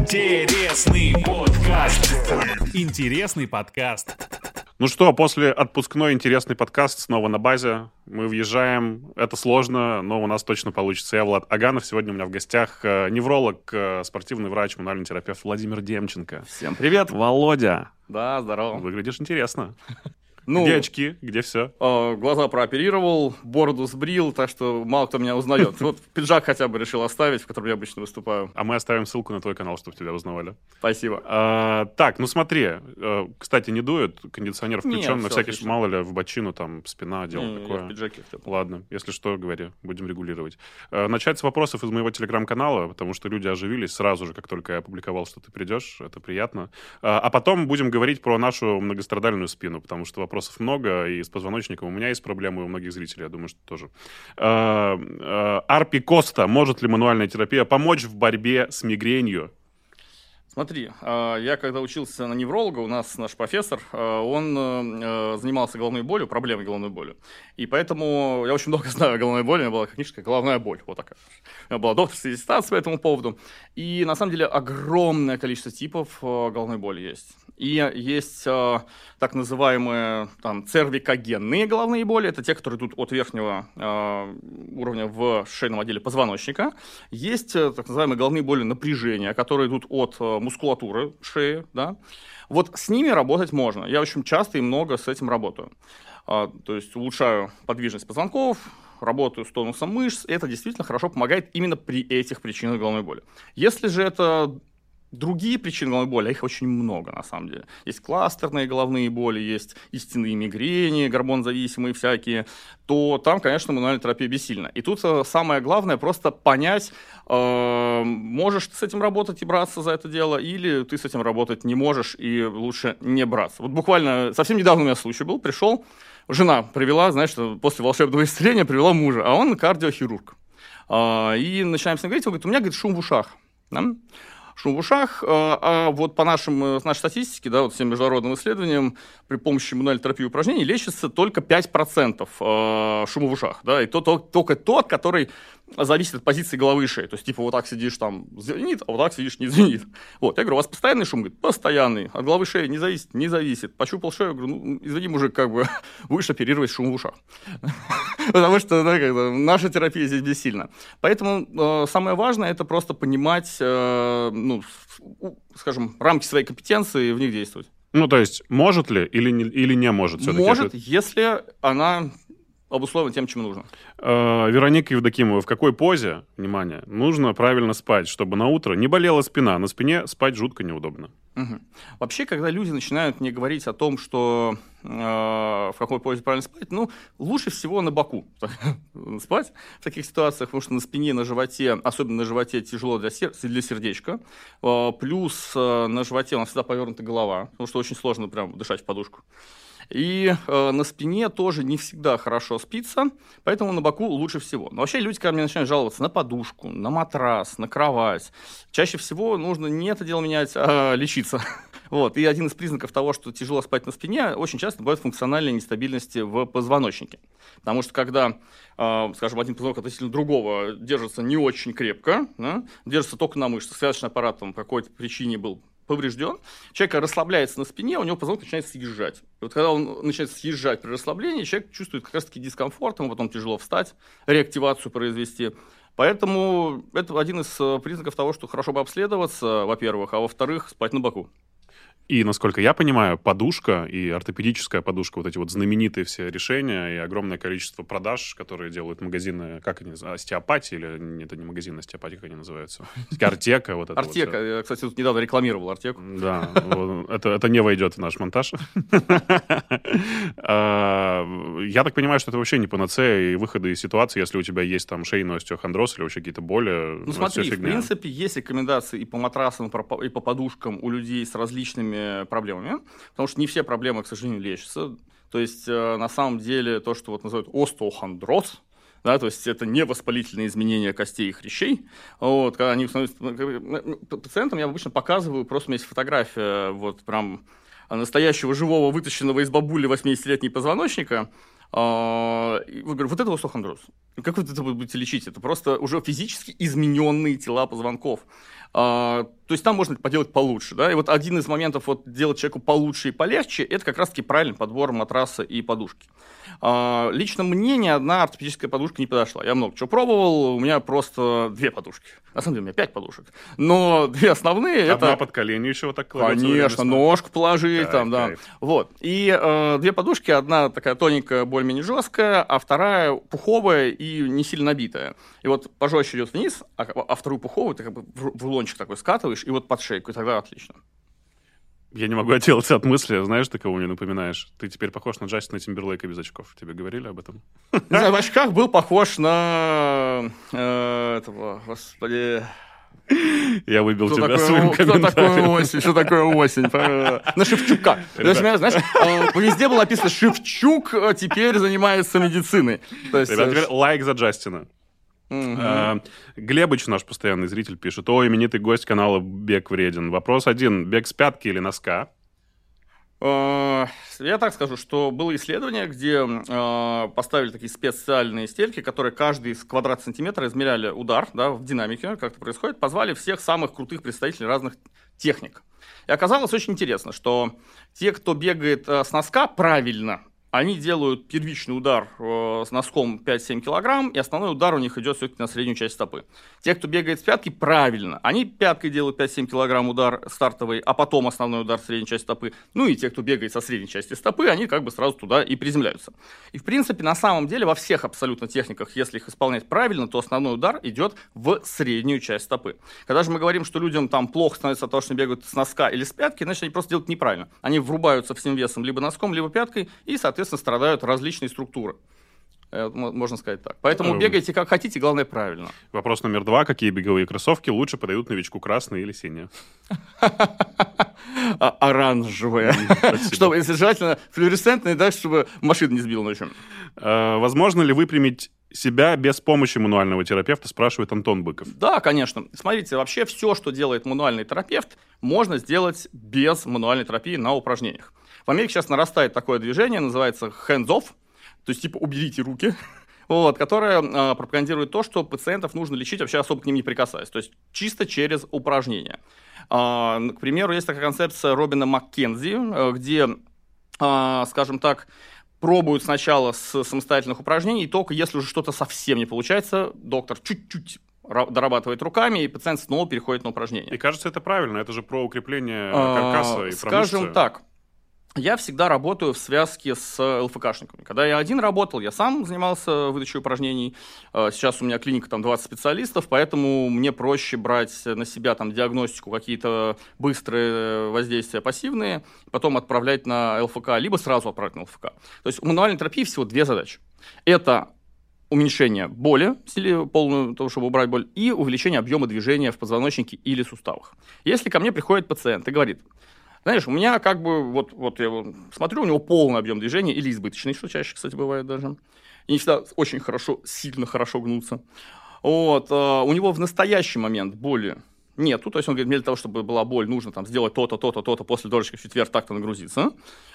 Интересный подкаст. Интересный подкаст. Ну что, после отпускной интересный подкаст снова на базе. Мы въезжаем. Это сложно, но у нас точно получится. Я Влад Аганов. Сегодня у меня в гостях невролог, спортивный врач, мануальный терапевт Владимир Демченко. Всем привет. Володя. Да, здорово. Выглядишь интересно. Ну, где очки? Где все? Глаза прооперировал, бороду сбрил, так что мало кто меня узнает. Вот пиджак хотя бы решил оставить, в котором я обычно выступаю. А мы оставим ссылку на твой канал, чтобы тебя узнавали. Спасибо. Так, ну смотри. Кстати, не дует, кондиционер включен. Нет, на всякий отлично. мало ли в бочину, там, спина, дело такое. Я в пиджаке. Ладно, если что, говори, будем регулировать. Начать с вопросов из моего телеграм-канала, потому что люди оживились сразу же, как только я опубликовал, что ты придешь. Это приятно. А потом будем говорить про нашу многострадальную спину, потому что вопросов много, и с позвоночником у меня есть проблемы, у многих зрителей, я думаю, что тоже. Арпи Коста. Может ли мануальная терапия помочь в борьбе с мигренью? Смотри, я когда учился на невролога, у нас наш профессор, он занимался головной болью, проблемой головной боли. И поэтому я очень много знаю о головной боли. У меня была книжка «Головная боль». Вот такая. У меня была докторская диссертация по этому поводу. И на самом деле огромное количество типов головной боли есть. И есть так называемые там, цервикогенные головные боли. Это те, которые идут от верхнего уровня в шейном отделе позвоночника. Есть так называемые головные боли напряжения, которые идут от мускулатуры шеи. Да? Вот с ними работать можно. Я очень часто и много с этим работаю. То есть улучшаю подвижность позвонков, работаю с тонусом мышц. Это действительно хорошо помогает именно при этих причинах головной боли. Если же это другие причины головной боли, а их очень много на самом деле. Есть кластерные головные боли, есть истинные мигрени, гормонзависимые всякие, то там, конечно, мануальная терапия бессильна. И тут самое главное просто понять, можешь ты с этим работать и браться за это дело, или ты с этим работать не можешь и лучше не браться. Вот буквально совсем недавно у меня случай был, пришел, жена привела, знаешь, после волшебного исцеления привела мужа, а он кардиохирург. И начинаем с ним говорить, он говорит, у меня, говорит, шум в ушах. Да? Шум в ушах, а вот по нашей статистике, да, вот всем международным исследованиям, при помощи мануальной терапии упражнений лечится только 5% шума в ушах, да, и только тот, который зависит от позиции головы и шеи, то есть, типа, вот так сидишь, там, звенит, а вот так сидишь, не звенит. Вот, я говорю, у вас постоянный шум? Говорит, постоянный, от головы и шеи не зависит, не зависит. Пощупал шею, говорю, ну, извини, мужик, как бы, будешь оперировать шум в ушах. Потому что, да, наша терапия здесь бессильна. Поэтому самое важное, это просто понимать, ну, скажем, рамки своей компетенции и в них действовать. Ну, то есть, может ли или не может все-таки? Может, если она обусловлена тем, чем нужно. Вероника Евдокимова, в какой позе, внимание, нужно правильно спать, чтобы на утро не болела спина? На спине спать жутко неудобно. Угу. Вообще, когда люди начинают мне говорить о том, что в какой позе правильно спать, ну, лучше всего на боку спать в таких ситуациях, потому что на спине, на животе, особенно на животе, тяжело для сердечка. Плюс на животе у нас всегда повернута голова, потому что очень сложно прям дышать в подушку. И на спине тоже не всегда хорошо спится, поэтому на боку лучше всего. Но вообще люди, когда мне начинают жаловаться на подушку, на матрас, на кровать, чаще всего нужно не это дело менять, а лечиться. Вот. И один из признаков того, что тяжело спать на спине, очень часто бывает функциональная нестабильность в позвоночнике. Потому что когда, скажем, один позвонок относительно другого держится не очень крепко, да, держится только на мышцах, связочный аппарат по какой-то причине был поврежден, человек расслабляется на спине, у него позвонок начинает съезжать. И вот когда он начинает съезжать при расслаблении, человек чувствует как раз-таки дискомфорт, ему потом тяжело встать, реактивацию произвести. Поэтому это один из признаков того, что хорошо бы обследоваться, во-первых, а во-вторых, спать на боку. И, насколько я понимаю, подушка и ортопедическая подушка, вот эти вот знаменитые все решения и огромное количество продаж, которые делают магазины, как они называются, остеопатия или это не магазин остеопатии, как они называются? Артека. Вот это Артека. Вот. Я, кстати, тут недавно рекламировал Артеку. Да, это не войдет в наш монтаж. Я так понимаю, что это вообще не панацея и выходы из ситуации, если у тебя есть там шейный остеохондроз или вообще какие-то боли. Ну смотри, в принципе, есть рекомендации и по матрасам, и по подушкам у людей с различными проблемами, потому что не все проблемы, к сожалению, лечатся. То есть, на самом деле, то, что вот называют остеохондроз, да, то есть это не воспалительные изменения костей и хрящей. Вот, когда они становятся пациентам, я обычно показываю, просто у меня есть фотография вот прям настоящего живого, вытащенного из бабули 80-летней позвоночника. Говорю, вот это остеохондроз. Как вы это будете лечить? Это просто уже физически измененные тела позвонков. То есть там можно поделать получше, да, и вот один из моментов вот делать человеку получше и полегче, это как раз-таки правильный подбор матраса и подушки. Лично мне ни одна ортопедическая подушка не подошла. Я много чего пробовал, у меня просто 2 подушки. На самом деле у меня 5 подушек. Но 2 основные это... Одна под колени еще вот так кладется. Конечно, ножку положить там, да. Кайф. Вот. И 2 подушки, одна такая тоненькая, более-менее жесткая, а вторая пуховая и не сильно набитая. И вот пожестче идет вниз, а вторую пуховую ты как бы в рулончик такой скатываешь, и вот под шейку, и тогда отлично. Я не могу отделаться от мысли. Знаешь, ты кого мне напоминаешь? Ты теперь похож на Джастина Тимберлейка без очков. Тебе говорили об этом? Не знаю, в очках был похож на этого, господи... Я выбил Кто тебя такой, своим кто комментарием. такой осень? Что такое осень? На Шевчука. Знаешь, везде было написано «Шевчук теперь занимается медициной». То есть, Ребят, теперь лайк за Джастина. Глебыч, наш постоянный зритель, пишет: «О, именитый гость канала «Бег вреден». Вопрос 1. Бег с пятки или носка?» Я так скажу, что было исследование, где поставили такие специальные стельки, которые каждый квадрат сантиметра измеряли удар, да, в динамике, как это происходит, позвали всех самых крутых представителей разных техник. И оказалось очень интересно, что те, кто бегает с носка правильно, они делают первичный удар с носком 5-7 килограмм, и основной удар у них идет все-таки на среднюю часть стопы. Те, кто бегает с пятки, правильно. Они пяткой делают 5-7 килограмм удар стартовый, а потом основной удар в средней части стопы. Ну и те, кто бегает со средней части стопы, они как бы сразу туда и приземляются. И в принципе, на самом деле, во всех абсолютно техниках, если их исполнять правильно, то основной удар идет в среднюю часть стопы. Когда же мы говорим, что людям там плохо становится от того, что они бегают с носка или с пятки, значит, они просто делают неправильно. Они врубаются всем весом либо носком, либо пяткой, и, соответственно, страдают различные структуры. Можно сказать так. Поэтому бегайте как хотите, главное правильно. Вопрос номер 2. Какие беговые кроссовки лучше подойдут новичку, красные или синие? Оранжевые. Чтобы, если желательно, флуоресцентные, да, чтобы машину не сбил ночью. Возможно ли выпрямить себя без помощи мануального терапевта, спрашивает Антон Быков. Да, конечно. Смотрите, вообще все, что делает мануальный терапевт, можно сделать без мануальной терапии на упражнениях. В Америке сейчас нарастает такое движение, называется hands-off, то есть типа уберите руки, вот, которое пропагандирует то, что пациентов нужно лечить, вообще особо к ним не прикасаясь, то есть чисто через упражнения. К примеру, есть такая концепция Робина Маккензи, где, скажем так, пробуют сначала с самостоятельных упражнений, и только если уже что-то совсем не получается, доктор чуть-чуть дорабатывает руками, и пациент снова переходит на упражнения. И кажется, это правильно, это же про укрепление каркаса и про мышцы. Скажем так, я всегда работаю в связке с ЛФКшниками. Когда я один работал, я сам занимался выдачей упражнений. Сейчас у меня клиника, там 20 специалистов, поэтому мне проще брать на себя там диагностику, какие-то быстрые воздействия пассивные, потом отправлять на ЛФК, либо сразу отправлять на ЛФК. То есть у мануальной терапии всего 2 задачи. Это уменьшение боли, полную, того, чтобы убрать боль, и увеличение объема движения в позвоночнике или суставах. Если ко мне приходит пациент и говорит: знаешь, у меня как бы, вот я смотрю, у него полный объем движения или избыточный, что чаще, кстати, бывает даже. И не всегда очень хорошо, сильно хорошо гнутся. Вот, у него в настоящий момент боли нету, то есть он говорит, мне для того, чтобы была боль, нужно там сделать то-то, то-то, то-то, после дорожки в четверг так-то нагрузиться,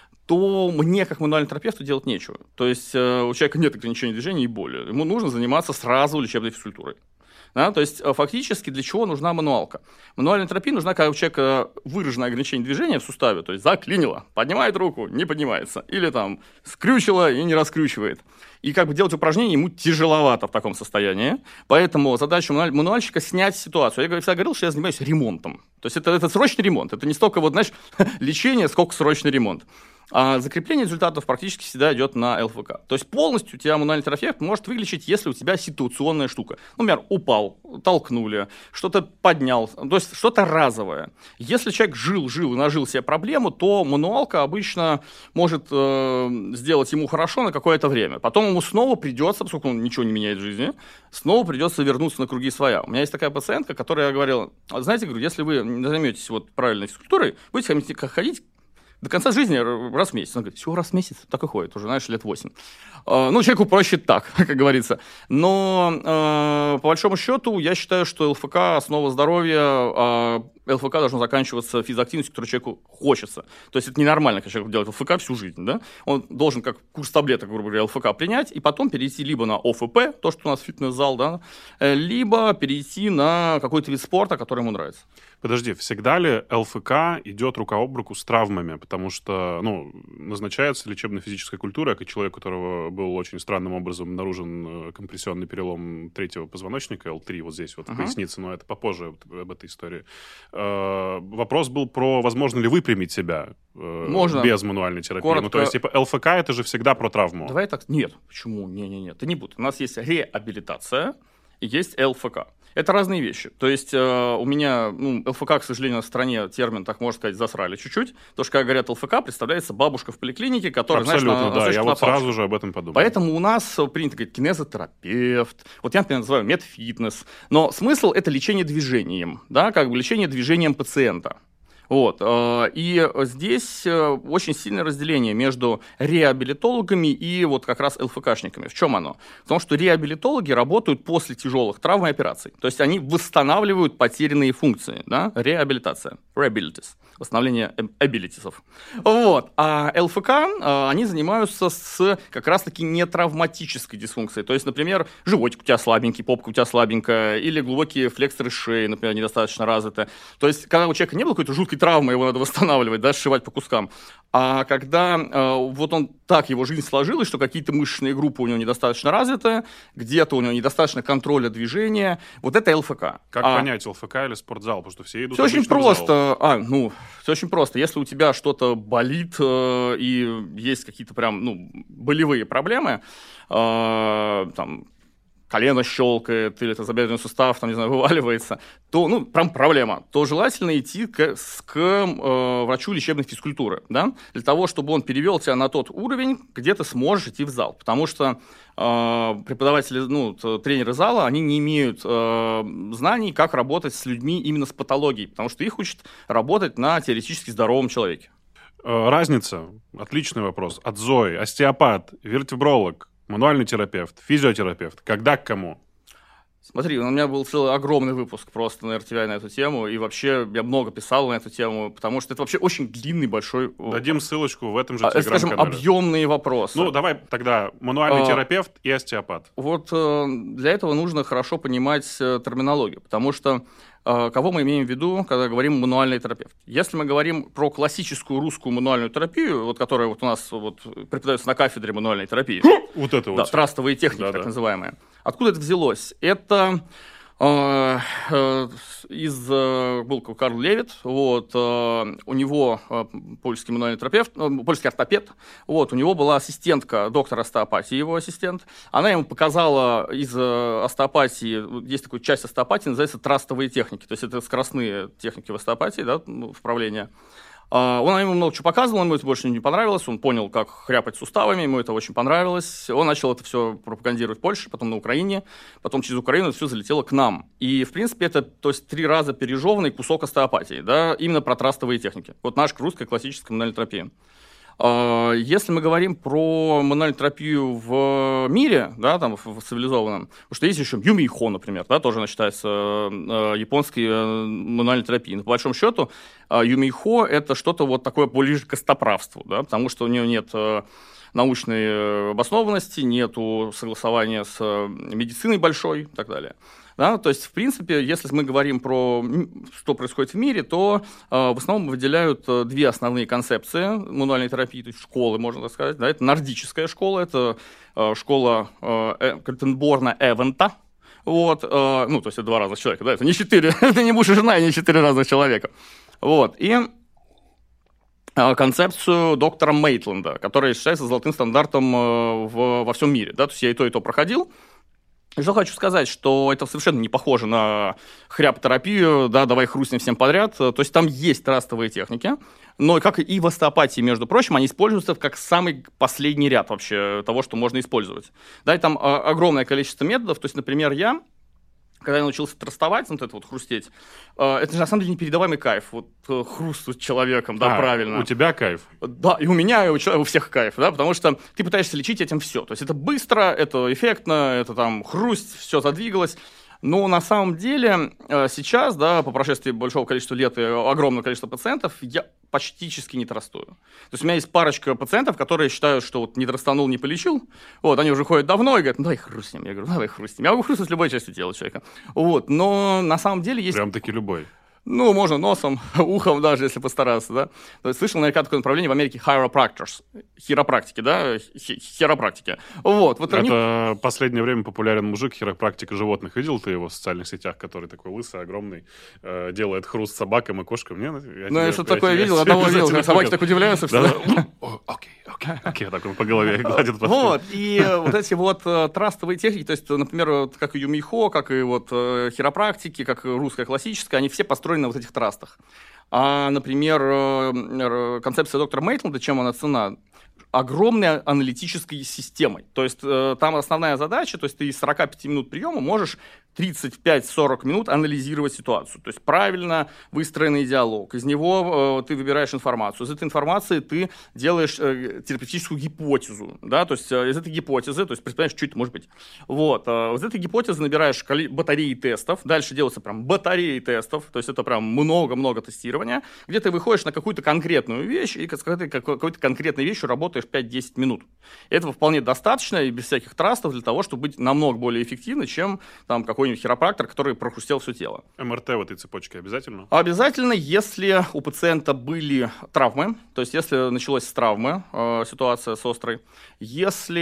то мне, как мануальному терапевту, делать нечего. То есть у человека нет ограничений движения и боли. Ему нужно заниматься сразу лечебной физкультурой. Да, то есть фактически для чего нужна мануалка? Мануальная терапия нужна, когда у человека выраженное ограничение движения в суставе, то есть заклинило, поднимает руку, не поднимается, или там скрючило и не раскручивает. И как бы делать упражнения ему тяжеловато в таком состоянии, поэтому задача мануальщика снять ситуацию. Я всегда говорил, что я занимаюсь ремонтом. То есть это срочный ремонт, это не столько вот, знаешь, лечение, сколько срочный ремонт. А закрепление результатов практически всегда идет на ЛФК. То есть полностью у тебя мануальный терапевт может вылечить, если у тебя ситуационная штука. Например, упал, толкнули, что-то поднял, то есть что-то разовое. Если человек жил и нажил себе проблему, то мануалка обычно может сделать ему хорошо на какое-то время. Потом ему снова придется, поскольку он ничего не меняет в жизни, снова придется вернуться на круги своя. У меня есть такая пациентка, которая говорила: знаете, говорю, если вы не займетесь вот правильной физкультурой, будете ходить до конца жизни раз в месяц. Он говорит, всего раз в месяц? Так и ходит, уже, знаешь, лет 8. Ну, человеку проще так, как говорится. Но, по большому счету, я считаю, что ЛФК – основа здоровья, а ЛФК должно заканчиваться физактивностью, которую человеку хочется. То есть это ненормально, когда человек делает ЛФК всю жизнь, да? Он должен как курс таблеток, грубо говоря, ЛФК принять, и потом перейти либо на ОФП, то, что у нас фитнес-зал, да, либо перейти на какой-то вид спорта, который ему нравится. Подожди, всегда ли ЛФК идет рука об руку с травмами? Потому что, назначается лечебно-физическая культура, как человек, у которого был очень странным образом обнаружен компрессионный перелом третьего позвоночника, L3, вот здесь вот в пояснице, но это попозже об этой истории. Вопрос был про, возможно ли выпрямить себя без мануальной терапии. Коротко. Ну, то есть, типа, ЛФК — это же всегда про травму. Давай так. Нет. Почему? Не-не-не. Это не будет. У нас есть реабилитация и есть ЛФК. Это разные вещи. То есть у меня, ЛФК, к сожалению, на стране термин, так можно сказать, засрали чуть-чуть. Потому что, когда говорят ЛФК, представляется бабушка в поликлинике, которая, абсолютно, знаешь, я вот сразу же об этом подумал. Поэтому у нас принято говорить кинезотерапевт. Вот я, например, называю медфитнес. Но смысл – это лечение движением, да, как бы лечение движением пациента. Вот. И здесь очень сильное разделение между реабилитологами и вот как раз ЛФКшниками. В чем оно? В том, что реабилитологи работают после тяжелых травм и операций. То есть они восстанавливают потерянные функции. Да? Реабилитация. Rehabilities. Восстановление абилитисов. Вот. А ЛФК, они занимаются с как раз-таки нетравматической дисфункцией. То есть, например, животик у тебя слабенький, попка у тебя слабенькая, или глубокие флексоры шеи, например, недостаточно развиты. То есть, когда у человека не было какой-то жуткой травмы, его надо восстанавливать, да, сшивать по кускам. А когда вот он так, его жизнь сложилась, что какие-то мышечные группы у него недостаточно развиты, где-то у него недостаточно контроля движения, вот это ЛФК. Как понять, ЛФК или спортзал? Потому что все идут все очень просто. в зал. Все очень просто. Если у тебя что-то болит и есть какие-то прям, болевые проблемы, там, колено щелкает, или это тазобедренный сустав, там, не знаю, вываливается, то, прям проблема, то желательно идти к врачу лечебной физкультуры, да, для того, чтобы он перевел тебя на тот уровень, где ты сможешь идти в зал. Потому что преподаватели, тренеры зала, они не имеют знаний, как работать с людьми именно с патологией, потому что их учат работать на теоретически здоровом человеке. Разница, отличный вопрос, от Зои, остеопат, вертебролог, мануальный терапевт, физиотерапевт. Когда к кому? Смотри, у меня был целый огромный выпуск просто на RTVI на эту тему, и вообще я много писал на эту тему, потому что это вообще очень длинный, большой... Дадим ссылочку в этом же телеграм-канале. Скажем, объемные вопросы. Давай тогда мануальный терапевт и остеопат. Вот для этого нужно хорошо понимать терминологию, потому что кого мы имеем в виду, когда говорим мануальный терапевт? Если мы говорим про классическую русскую мануальную терапию, вот, которая вот у нас преподается на кафедре мануальной терапии, вот это вот. Да, трастовые техники, так называемые. Откуда это взялось? Это был Карл Левит, у него польский мануальный терапевт, польский ортопед, у него была ассистентка, доктор остеопатии, его ассистент, она ему показала из остеопатии, есть такая часть остеопатии, называется трастовые техники, то есть это скоростные техники в остеопатии, да, вправления. Он ему много чего показывал, ему это больше не понравилось, он понял, как хряпать суставами, ему это очень понравилось, он начал это все пропагандировать в Польше, потом на Украине, потом через Украину это все залетело к нам. И, в принципе, это 3 раза пережеванный кусок остеопатии, да, именно про трастовые техники. Вот наша русская классическая мануальная терапия. Если мы говорим про мануальную терапию в мире, да, там, в цивилизованном, потому что есть еще Юмейхо, например, да, тоже она считается японской мануальной терапией. Но по большому счету Юмейхо – это что-то вот такое ближе к костоправству, да, потому что у нее нет научной обоснованности, нету согласования с медициной большой и так далее. Да, то есть, в принципе, если мы говорим про что происходит в мире, то в основном выделяют 2 основные концепции мануальной терапии, то есть школы, можно так сказать. Да, это нордическая школа, это школа Кальтенборна Эвента. То есть это 2 разных человека, да, это не 4, это не муж и жена, и не 4 разных человека. И концепцию доктора Мейтленда, которая считается золотым стандартом во всем мире. Да, то есть я и то проходил. И что хочу сказать, что это совершенно не похоже на хряпотерапию, да, давай хрустнем всем подряд. То есть там есть трастовые техники, но как и в остеопатии, между прочим, они используются как самый последний ряд вообще того, что можно использовать. Да, и там огромное количество методов. То есть, например, я, когда я научился трастовать, вот это вот хрустеть, это же на самом деле непередаваемый кайф. Вот хруст с человеком, да, правильно. У тебя кайф? Да, и у меня, и у всех кайф, да, потому что ты пытаешься лечить этим все. То есть это быстро, это эффектно, это там хруст, все задвигалось. Но на самом деле сейчас, да, по прошествии большого количества лет и огромного количества пациентов, я почтически не трастую. То есть у меня есть парочка пациентов, которые считают, что вот не трастанул, не полечил. Вот, они уже ходят давно и говорят, ну давай хрустнем. Я говорю, давай хрустнем. Я могу хрустнуть любой частью тела человека. Вот, но на самом деле есть... Прям-таки любой. Ну, можно носом, ухом даже, если постараться, да. То есть слышал наверняка такое направление в Америке chiropractors, хиропрактики, да, хиропрактики. Вот они... Это последнее время популярен мужик, хиропрактика животных. Видел ты его в социальных сетях, который такой лысый, огромный, делает хруст собакам и кошкам? Ну, я что-то такое видел, одного видел, как собаки так удивляются. Окей, так он по голове гладит. Вот, и вот эти вот трастовые техники, то есть, например, как и Юмихо, как и вот хиропрактики, как и русская классическая, они все построены на вот этих трастах. А, например, концепция доктора Мейтланда, чем она ценна? Огромной аналитической системой. То есть там основная задача, то есть ты из 45 минут приема можешь 35-40 минут анализировать ситуацию. То есть правильно выстроенный диалог. Из него ты выбираешь информацию. Из этой информации ты делаешь терапевтическую гипотезу. Да? То есть из этой гипотезы, то есть представляешь, что это может быть. Вот. Из этой гипотезы набираешь батареи тестов. Дальше делаются прям батареи тестов. То есть это прям много-много тестирования, где ты выходишь на какую-то конкретную вещь и с какой-то конкретной вещью работаешь 5-10 минут. Этого вполне достаточно и без всяких трастов для того, чтобы быть намного более эффективным, чем там какой-нибудь хиропрактор, который прохрустел все тело. МРТ в этой цепочке обязательно? Обязательно, если у пациента были травмы, то есть если началась с травмы ситуация с острой, если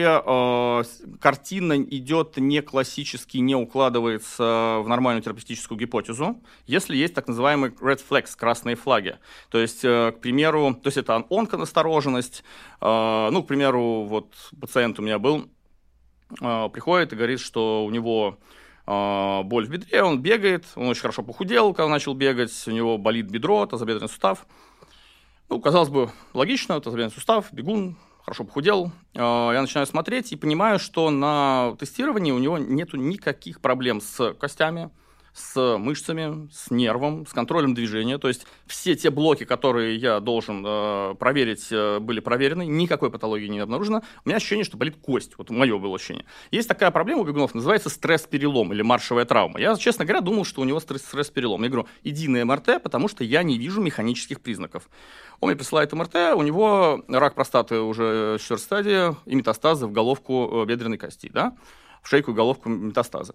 картина идет не классически, не укладывается в нормальную терапевтическую гипотезу, если есть так называемый red flags, красные флаги, то есть, к примеру, то есть это онконастороженность, ну, к примеру, вот пациент у меня был, приходит и говорит, что у него боль в бедре, он бегает, он очень хорошо похудел, когда начал бегать, у него болит бедро, тазобедренный сустав. Ну, казалось бы, логично, тазобедренный сустав, бегун, хорошо похудел. Я начинаю смотреть и понимаю, что на тестировании у него нету никаких проблем с костями, с мышцами, с нервом, с контролем движения. То есть все те блоки, которые я должен проверить, были проверены, никакой патологии не обнаружено. У меня ощущение, что болит кость. Вот мое было ощущение. Есть такая проблема у бегунов, называется стресс-перелом или маршевая травма. Я, честно говоря, думал, что у него стресс-перелом. Я говорю, иди на МРТ, потому что я не вижу механических признаков. Он мне присылает МРТ, у него рак простаты уже 4-й стадии и метастазы в головку бедренной кости, да? В шейку и головку метастаза.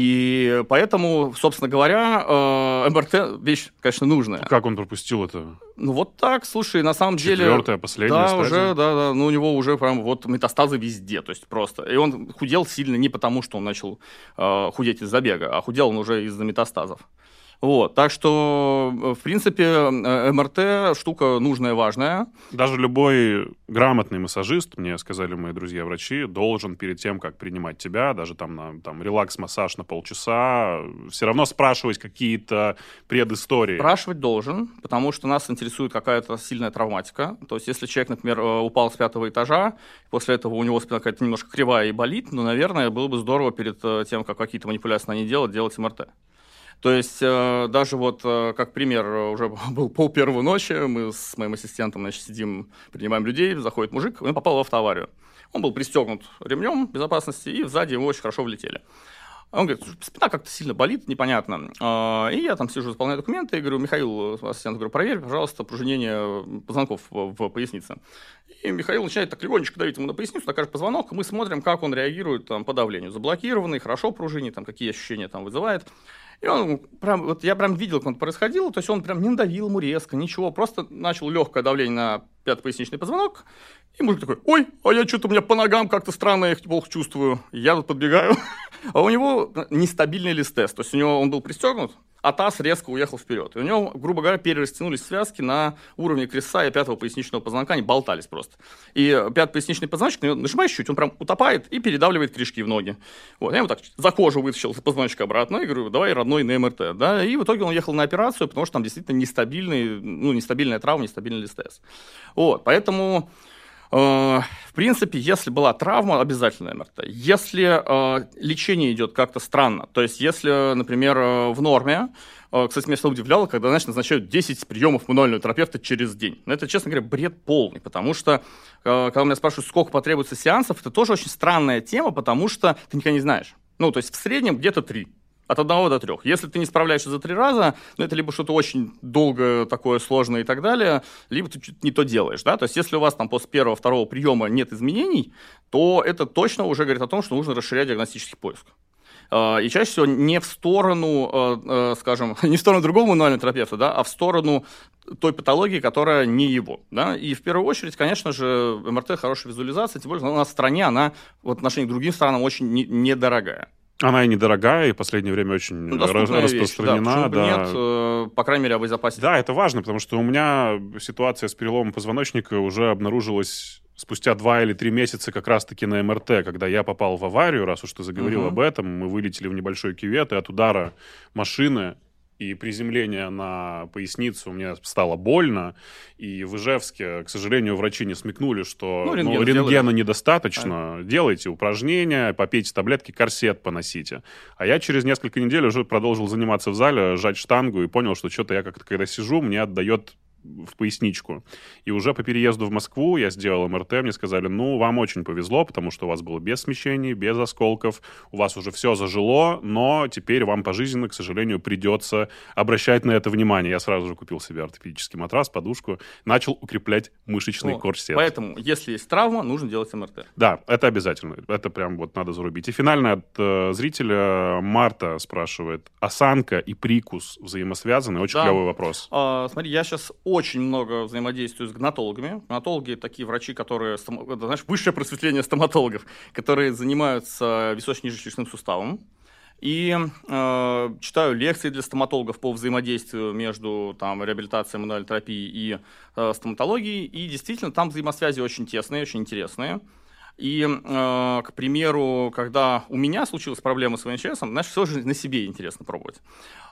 И поэтому, собственно говоря, МРТ вещь, конечно, нужная. Как он пропустил это? Ну вот так, слушай, на самом деле... 4-я, последняя стадия? Уже, да, ну у него уже прям вот метастазы везде, то есть просто. И он худел сильно не потому, что он начал худеть из-за бега, а худел он уже из-за метастазов. Вот, так что, в принципе, МРТ штука нужная, важная. Даже любой грамотный массажист, мне сказали мои друзья-врачи, должен перед тем, как принимать тебя, даже там релакс-массаж на полчаса, все равно спрашивать какие-то предыстории. Спрашивать должен, потому что нас интересует какая-то сильная травматика. То есть, если человек, например, упал с 5-го этажа, после этого у него спина какая-то немножко кривая и болит, ну, наверное, было бы здорово перед тем, как какие-то манипуляции на ней делать МРТ. То есть даже вот как пример, уже был 1:30 ночи, мы с моим ассистентом, значит, сидим, принимаем людей, заходит мужик, он попал в автоаварию. Он был пристегнут ремнем безопасности, и сзади его очень хорошо влетели. Он говорит, спина как-то сильно болит, непонятно. И я там сижу, заполняю документы, и говорю, Михаил, ассистент, говорю, проверь, пожалуйста, пружинение позвонков в пояснице. И Михаил начинает так легонечко давить ему на поясницу, накажет позвонок, и мы смотрим, как он реагирует там, по давлению. Заблокированный, хорошо пружинит, там, какие ощущения там вызывает. И он прям, вот я прям видел, как это происходило, то есть он прям не надавил ему резко, ничего, просто начал легкое давление на пятопоясничный позвонок, и мужик такой, ой, а я что-то у меня по ногам как-то странно, я их плохо чувствую, я тут подбегаю, а у него нестабильный листез, то есть у него он был пристегнут, а таз резко уехал вперед. И у него, грубо говоря, перерастянулись связки на уровне креста и пятого поясничного позвонка, они болтались просто. И пятопоясничный позвоночник, нажимаешь чуть, он прям утопает и передавливает корешки в ноги. Вот, я ему так за кожу вытащил позвоночник обратно и говорю, давай родной на МРТ. Да? И в итоге он ехал на операцию, потому что там действительно нестабильная травма, нестабильный листез. Вот, поэтому... В принципе, если была травма, обязательно МРТ. Если лечение идет как-то странно, то есть если, например, в норме, кстати, меня всегда удивляло, когда, знаешь, назначают 10 приемов мануального терапевта через день. Но это, честно говоря, бред полный, потому что, когда меня спрашивают, сколько потребуется сеансов, это тоже очень странная тема, потому что ты никогда не знаешь. Ну, то есть в среднем где-то 3. От 1 до 3. Если ты не справляешься за 3 раза, ну, это либо что-то очень долгое, такое сложное и так далее, либо ты что-то не то делаешь, да, то есть если у вас там после 1-2 приема нет изменений, то это точно уже говорит о том, что нужно расширять диагностический поиск. И чаще всего не в сторону, скажем, не в сторону другого мануального терапевта, да, а в сторону той патологии, которая не его. Да? И в первую очередь, конечно же, МРТ хорошая визуализация, тем более у нас в стране она в отношении к другим странам очень недорогая. Она и недорогая, и в последнее время очень распространена. Вещь, да, нет, по крайней мере, обезопасить. Да, это важно, потому что у меня ситуация с переломом позвоночника уже обнаружилась спустя 2 или 3 месяца как раз-таки на МРТ, когда я попал в аварию, раз уж ты заговорил об этом, мы вылетели в небольшой кювет, и от удара машины и приземления на поясницу мне стало больно. И в Ижевске, к сожалению, врачи не смекнули, что рентгена недостаточно. Делайте упражнения, попейте таблетки, корсет поносите. А я через несколько недель уже продолжил заниматься в зале, жать штангу, и понял, что что-то я как-то, когда сижу, мне отдает в поясничку. И уже по переезду в Москву я сделал МРТ, мне сказали, ну, вам очень повезло, потому что у вас было без смещений, без осколков, у вас уже все зажило, но теперь вам пожизненно, к сожалению, придется обращать на это внимание. Я сразу же купил себе ортопедический матрас, подушку, начал укреплять мышечный корсет. Поэтому, если есть травма, нужно делать МРТ. Да, это обязательно. Это прям вот надо зарубить. И финально от зрителя Марта спрашивает, осанка и прикус взаимосвязаны? Очень клевый вопрос. Смотри, я сейчас очень много взаимодействую с гнатологами. Гнатологи — такие врачи, которые, знаешь, высшее просветление стоматологов, которые занимаются височно-нижнечелюстным суставом. И читаю лекции для стоматологов по взаимодействию между там, реабилитацией, мануальной терапией и стоматологией. И действительно, там взаимосвязи очень тесные, очень интересные. И, к примеру, когда у меня случилась проблема с ВНЧСом, знаешь, все же на себе интересно пробовать.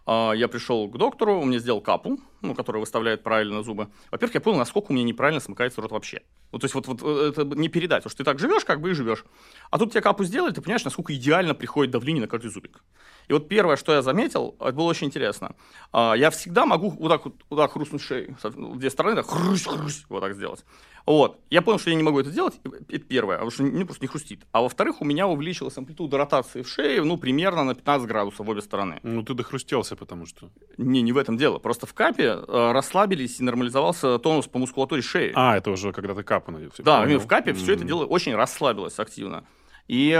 Я пришел к доктору, он мне сделал капу, который выставляет правильно зубы. Во-первых, я понял, насколько у меня неправильно смыкается рот вообще. То есть вот это не передать, потому что ты так живешь, как бы и живешь. А тут тебе капу сделали, ты понимаешь, насколько идеально приходит давление на каждый зубик. И вот первое, что я заметил, это было очень интересно. Я всегда могу вот так хрустнуть шеей, в две стороны, так хрусь, вот так сделать. Вот. Я понял, что я не могу это делать, это первое, потому что мне просто не хрустит. А во-вторых, у меня увеличилась амплитуда ротации в шее, примерно на 15 градусов в обе стороны. Ну, ты дохрустелся, потому что... Не в этом дело. Просто в капе расслабились и нормализовался тонус по мускулатуре шеи. Это уже когда ты капу надел. Да, в капе все это дело очень расслабилось активно. И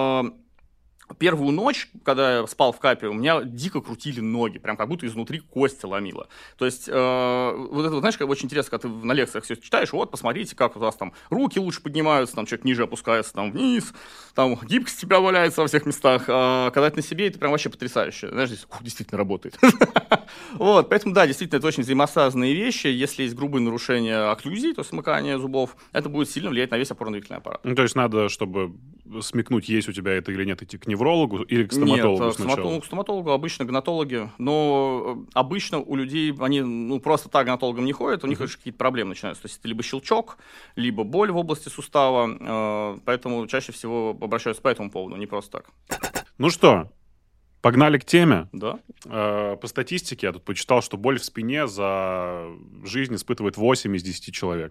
первую ночь, когда я спал в капе, у меня дико крутили ноги, прям как будто изнутри кости ломило. То есть, вот это, знаешь, как очень интересно, когда ты на лекциях все читаешь, вот, посмотрите, как у вас там руки лучше поднимаются, там человек ниже опускается, там вниз, там гибкость тебя валяется во всех местах. А когда это на себе, это прям вообще потрясающе. Знаешь, здесь действительно работает. Вот, поэтому, да, действительно, это очень взаимосвязанные вещи. Если есть грубые нарушения окклюзии, то есть смыкания зубов, это будет сильно влиять на весь опорно-двигательный аппарат. То есть надо, чтобы смекнуть, есть у тебя это или нет, идти к неврологу или к стоматологу? Нет, сначала? К стоматологу, обычно гнатологи. Но обычно у людей, они просто так к гнатологам не ходят, у них какие-то проблемы начинаются. То есть это либо щелчок, либо боль в области сустава. Поэтому чаще всего обращаются по этому поводу, не просто так. Ну что, погнали к теме. Да. По статистике я тут почитал, что боль в спине за жизнь испытывает 8 из 10 человек.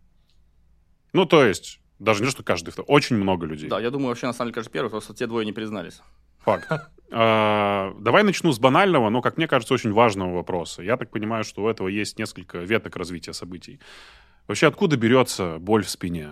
То есть... Даже не что каждый второй. Очень много людей. Да, я думаю, вообще, на самом деле, каждый первый, просто те двое не признались. Факт. Давай начну с банального, но, как мне кажется, очень важного вопроса. Я так понимаю, что у этого есть несколько веток развития событий. Вообще, откуда берется боль в спине?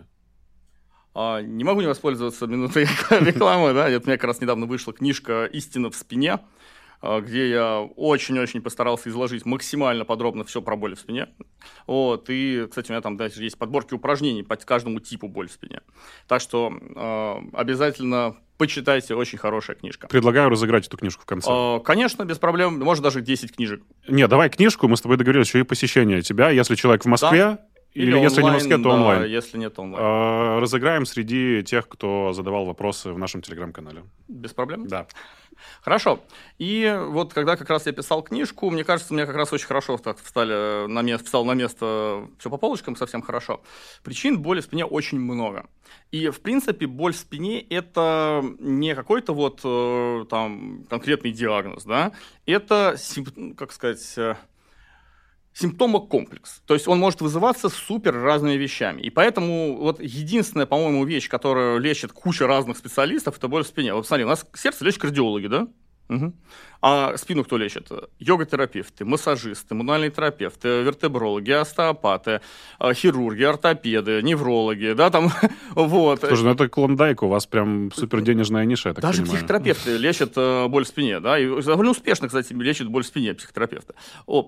Не могу не воспользоваться минутой рекламы. Да? У меня как раз недавно вышла книжка «Истина в спине», где я очень-очень постарался изложить максимально подробно все про боль в спине. Вот. И, кстати, у меня там даже есть подборки упражнений по каждому типу боли в спине. Так что обязательно почитайте, очень хорошая книжка. Предлагаю разыграть эту книжку в конце. Конечно, без проблем. Может, даже 10 книжек. Нет, давай книжку, мы с тобой договорились, еще и посещение тебя. Если человек в Москве... Да. Или если не в Москве, то онлайн. Да, если нет, то онлайн. Разыграем среди тех, кто задавал вопросы в нашем телеграм-канале. Без проблем? Да. Хорошо. И вот когда как раз я писал книжку, мне кажется, у меня как раз очень хорошо так встал на место все по полочкам, совсем хорошо. Причин боли в спине очень много. И, в принципе, боль в спине – это не какой-то вот там конкретный диагноз, да? Это, как сказать, симптомокомплекс. То есть он может вызываться супер разными вещами. И поэтому вот единственная, по-моему, вещь, которую лечит куча разных специалистов, это боль в спине. Вот смотри, у нас сердце лечат кардиологи, да? Угу. А спину кто лечит? Йога-терапевты, массажисты, мануальные терапевты, вертебрологи, остеопаты, хирурги, ортопеды, неврологи, да, там, вот. Слушай, ну это клондайк, у вас прям суперденежная ниша, я так даже понимаю. психотерапевты лечат боль в спине, да, и довольно успешно, кстати, лечат боль в спине психотерапевты.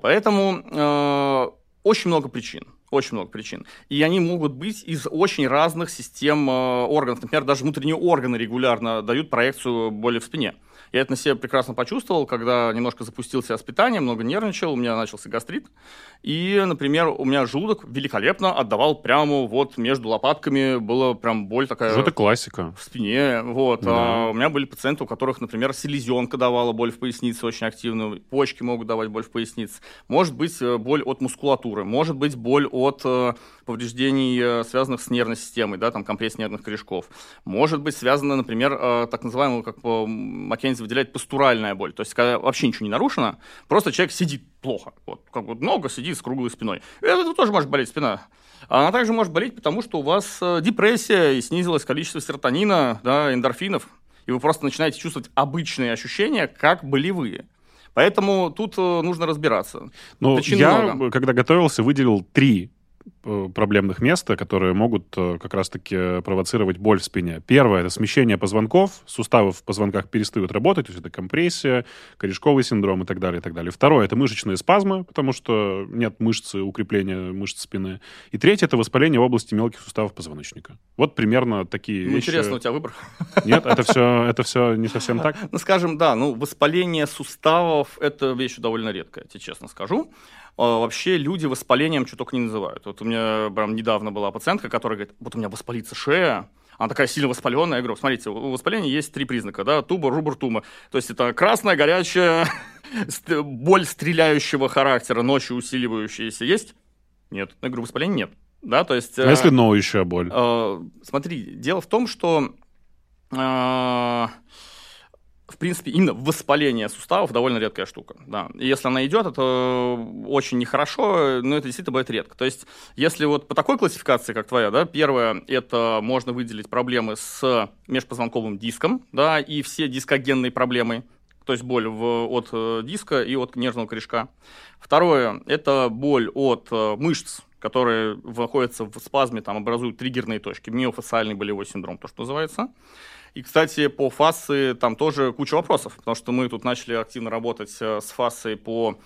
Поэтому очень много причин. Очень много причин. И они могут быть из очень разных систем органов. Например, даже внутренние органы регулярно дают проекцию боли в спине. Я это на себе прекрасно почувствовал, когда немножко запустил себя с питанием, много нервничал, у меня начался гастрит. И, например, у меня желудок великолепно отдавал прямо вот между лопатками, была прям боль такая... Это классика. В спине, вот. Да. А у меня были пациенты, у которых, например, селезенка давала боль в пояснице очень активную, почки могут давать боль в пояснице. Может быть боль от мускулатуры, может быть боль от повреждений, связанных с нервной системой, да, там компрессия нервных корешков. Может быть связана, например, так называемая, как Маккензи выделяет, постуральная боль. То есть, когда вообще ничего не нарушено, просто человек сидит плохо. Вот, как вот много сидит с круглой спиной. Это тоже может болеть спина. Она также может болеть, потому что у вас депрессия и снизилось количество серотонина, да, эндорфинов, и вы просто начинаете чувствовать обычные ощущения, как болевые. Поэтому тут нужно разбираться. Ну, я, когда готовился, выделил 3 проблемных места, которые могут как раз-таки провоцировать боль в спине. Первое — это смещение позвонков, суставы в позвонках перестают работать, то есть это компрессия, корешковый синдром и так далее, и так далее. Второе — это мышечные спазмы, потому что нет мышцы, укрепления мышц спины. И третье — это воспаление в области мелких суставов позвоночника. Вот примерно такие вещи. Интересно, у тебя выбор. Нет, это все не совсем так? Ну, скажем, да, воспаление суставов — это вещь довольно редкая, я тебе честно скажу. Вообще люди воспалением что только не называют. Вот у меня прям недавно была пациентка, которая говорит, вот у меня воспалится шея, она такая сильно воспаленная. Я говорю, смотрите, у воспаления есть 3 признака, да, туба, рубор, тума. То есть это красная, горячая, боль стреляющего характера, ночью усиливающаяся есть? Нет. Я говорю, воспаления нет. Да, то есть... А если ноющая боль? Смотри, дело в том, что... В принципе, именно воспаление суставов довольно редкая штука. Да. И если она идет, это очень нехорошо, но это действительно бывает редко. То есть, если вот по такой классификации, как твоя, да, первое, это можно выделить проблемы с межпозвонковым диском, да, и все дискогенные проблемы, то есть боль от диска и от нервного корешка. Второе, это боль от мышц, которые находятся в спазме, там образуют триггерные точки, миофасциальный болевой синдром, то, что называется. И, кстати, по фасции там тоже куча вопросов, потому что мы тут начали активно работать с фасцией по...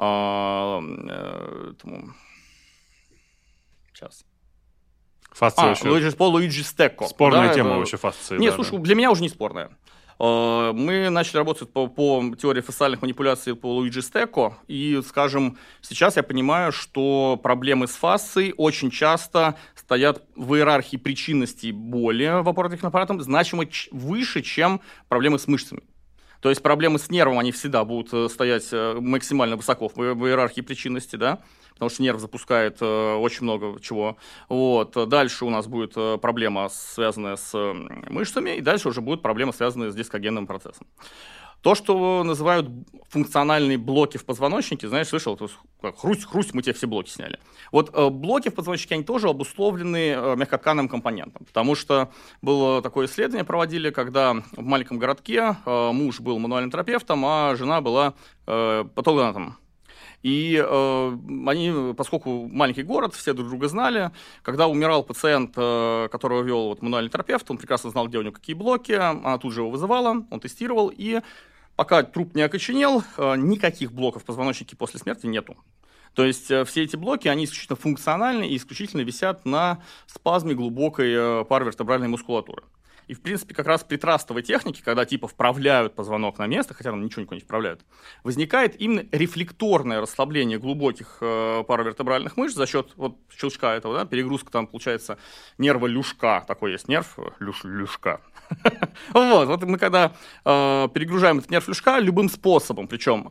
Сейчас. Фасция вообще... По Луиджи Стекко. Спорная тема вообще фасции. Нет, слушай, для меня уже не спорная. Мы начали работать по теории фасциальных манипуляций по Луиджи Стекко, и, скажем, сейчас я понимаю, что проблемы с фасцией очень часто стоят в иерархии причинности боли в опорно-двигательном аппарате значимо выше, чем проблемы с мышцами. То есть проблемы с нервом, они всегда будут стоять максимально высоко в иерархии причинности, да, потому что нерв запускает очень много чего. Вот. Дальше у нас будет проблема, связанная с мышцами, и дальше уже будут проблемы, связанные с дискогенным процессом. То, что называют функциональные блоки в позвоночнике, знаешь, слышал, хрусть, мы тебе все блоки сняли. Вот блоки в позвоночнике, они тоже обусловлены мягкотканным компонентом, потому что было такое исследование проводили, когда в маленьком городке муж был мануальным терапевтом, а жена была патологоанатомом. И они, поскольку маленький город, все друг друга знали, когда умирал пациент, которого вел мануальный терапевт, он прекрасно знал, где у него какие блоки, она тут же его вызывала, он тестировал, и пока труп не окоченел, никаких блоков в позвоночнике после смерти нету. То есть все эти блоки, они исключительно функциональны и исключительно висят на спазме глубокой паравертебральной мускулатуры. И, в принципе, как раз при трастовой технике, когда типа вправляют позвонок на место, хотя там ничего никуда не вправляют, возникает именно рефлекторное расслабление глубоких паравертебральных мышц за счет вот щелчка этого, да, перегрузка там получается нерва люшка, такой есть нерв, люшка. Вот мы когда перегружаем этот нерв люшка любым способом, причем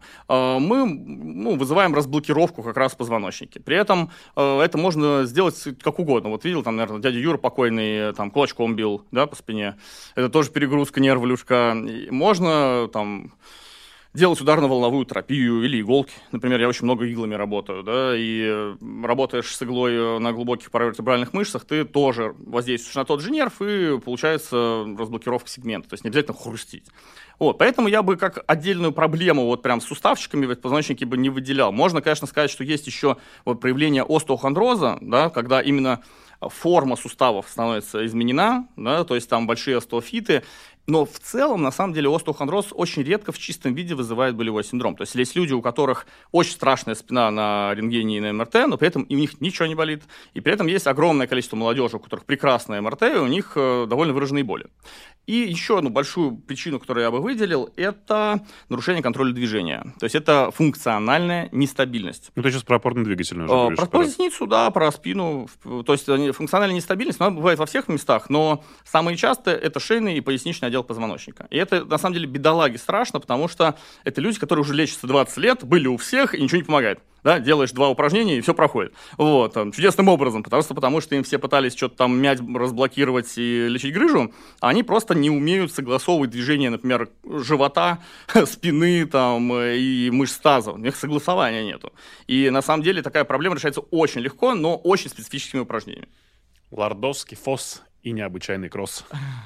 мы вызываем разблокировку как раз в позвоночнике. При этом это можно сделать как угодно. Вот видел, там, наверное, дядя Юра покойный, там, кулачком бил, да, по спине. Это тоже перегрузка нерва люшка. Можно, там, делать ударно-волновую терапию или иголки. Например, я очень много иглами работаю, да, и работаешь с иглой на глубоких паравертебральных мышцах, ты тоже воздействуешь на тот же нерв, и получается разблокировка сегмента, то есть не обязательно хрустить. Вот, поэтому я бы как отдельную проблему вот прям с суставчиками в позвоночнике бы не выделял. Можно, конечно, сказать, что есть еще вот проявление остеохондроза, да, когда именно форма суставов становится изменена, да, то есть там большие остеофиты. Но в целом, на самом деле, остеохондроз очень редко в чистом виде вызывает болевой синдром. То есть есть люди, у которых очень страшная спина на рентгене и на МРТ, но при этом и у них ничего не болит. И при этом есть огромное количество молодежи, у которых прекрасная МРТ, и у них довольно выраженные боли. И еще одну большую причину, которую я бы выделил, это нарушение контроля движения. То есть это функциональная нестабильность. Ну, ты сейчас про опорно-двигательную уже говоришь. Про поясницу, да, про спину. То есть функциональная нестабильность, она бывает во всех местах, но самые частые это шейный и поясничный отдел позвоночника. И это, на самом деле, бедолаги страшно, потому что это люди, которые уже лечатся 20 лет, были у всех, и ничего не помогает. Да, делаешь 2 упражнения, и все проходит. Вот, там, чудесным образом, потому что им все пытались что-то там мять, разблокировать и лечить грыжу, а они просто не умеют согласовывать движение, например, живота, спины там, и мышц таза. У них согласования нету. И на самом деле такая проблема решается очень легко, но очень специфическими упражнениями. Лордовский фос и необычайный кросс.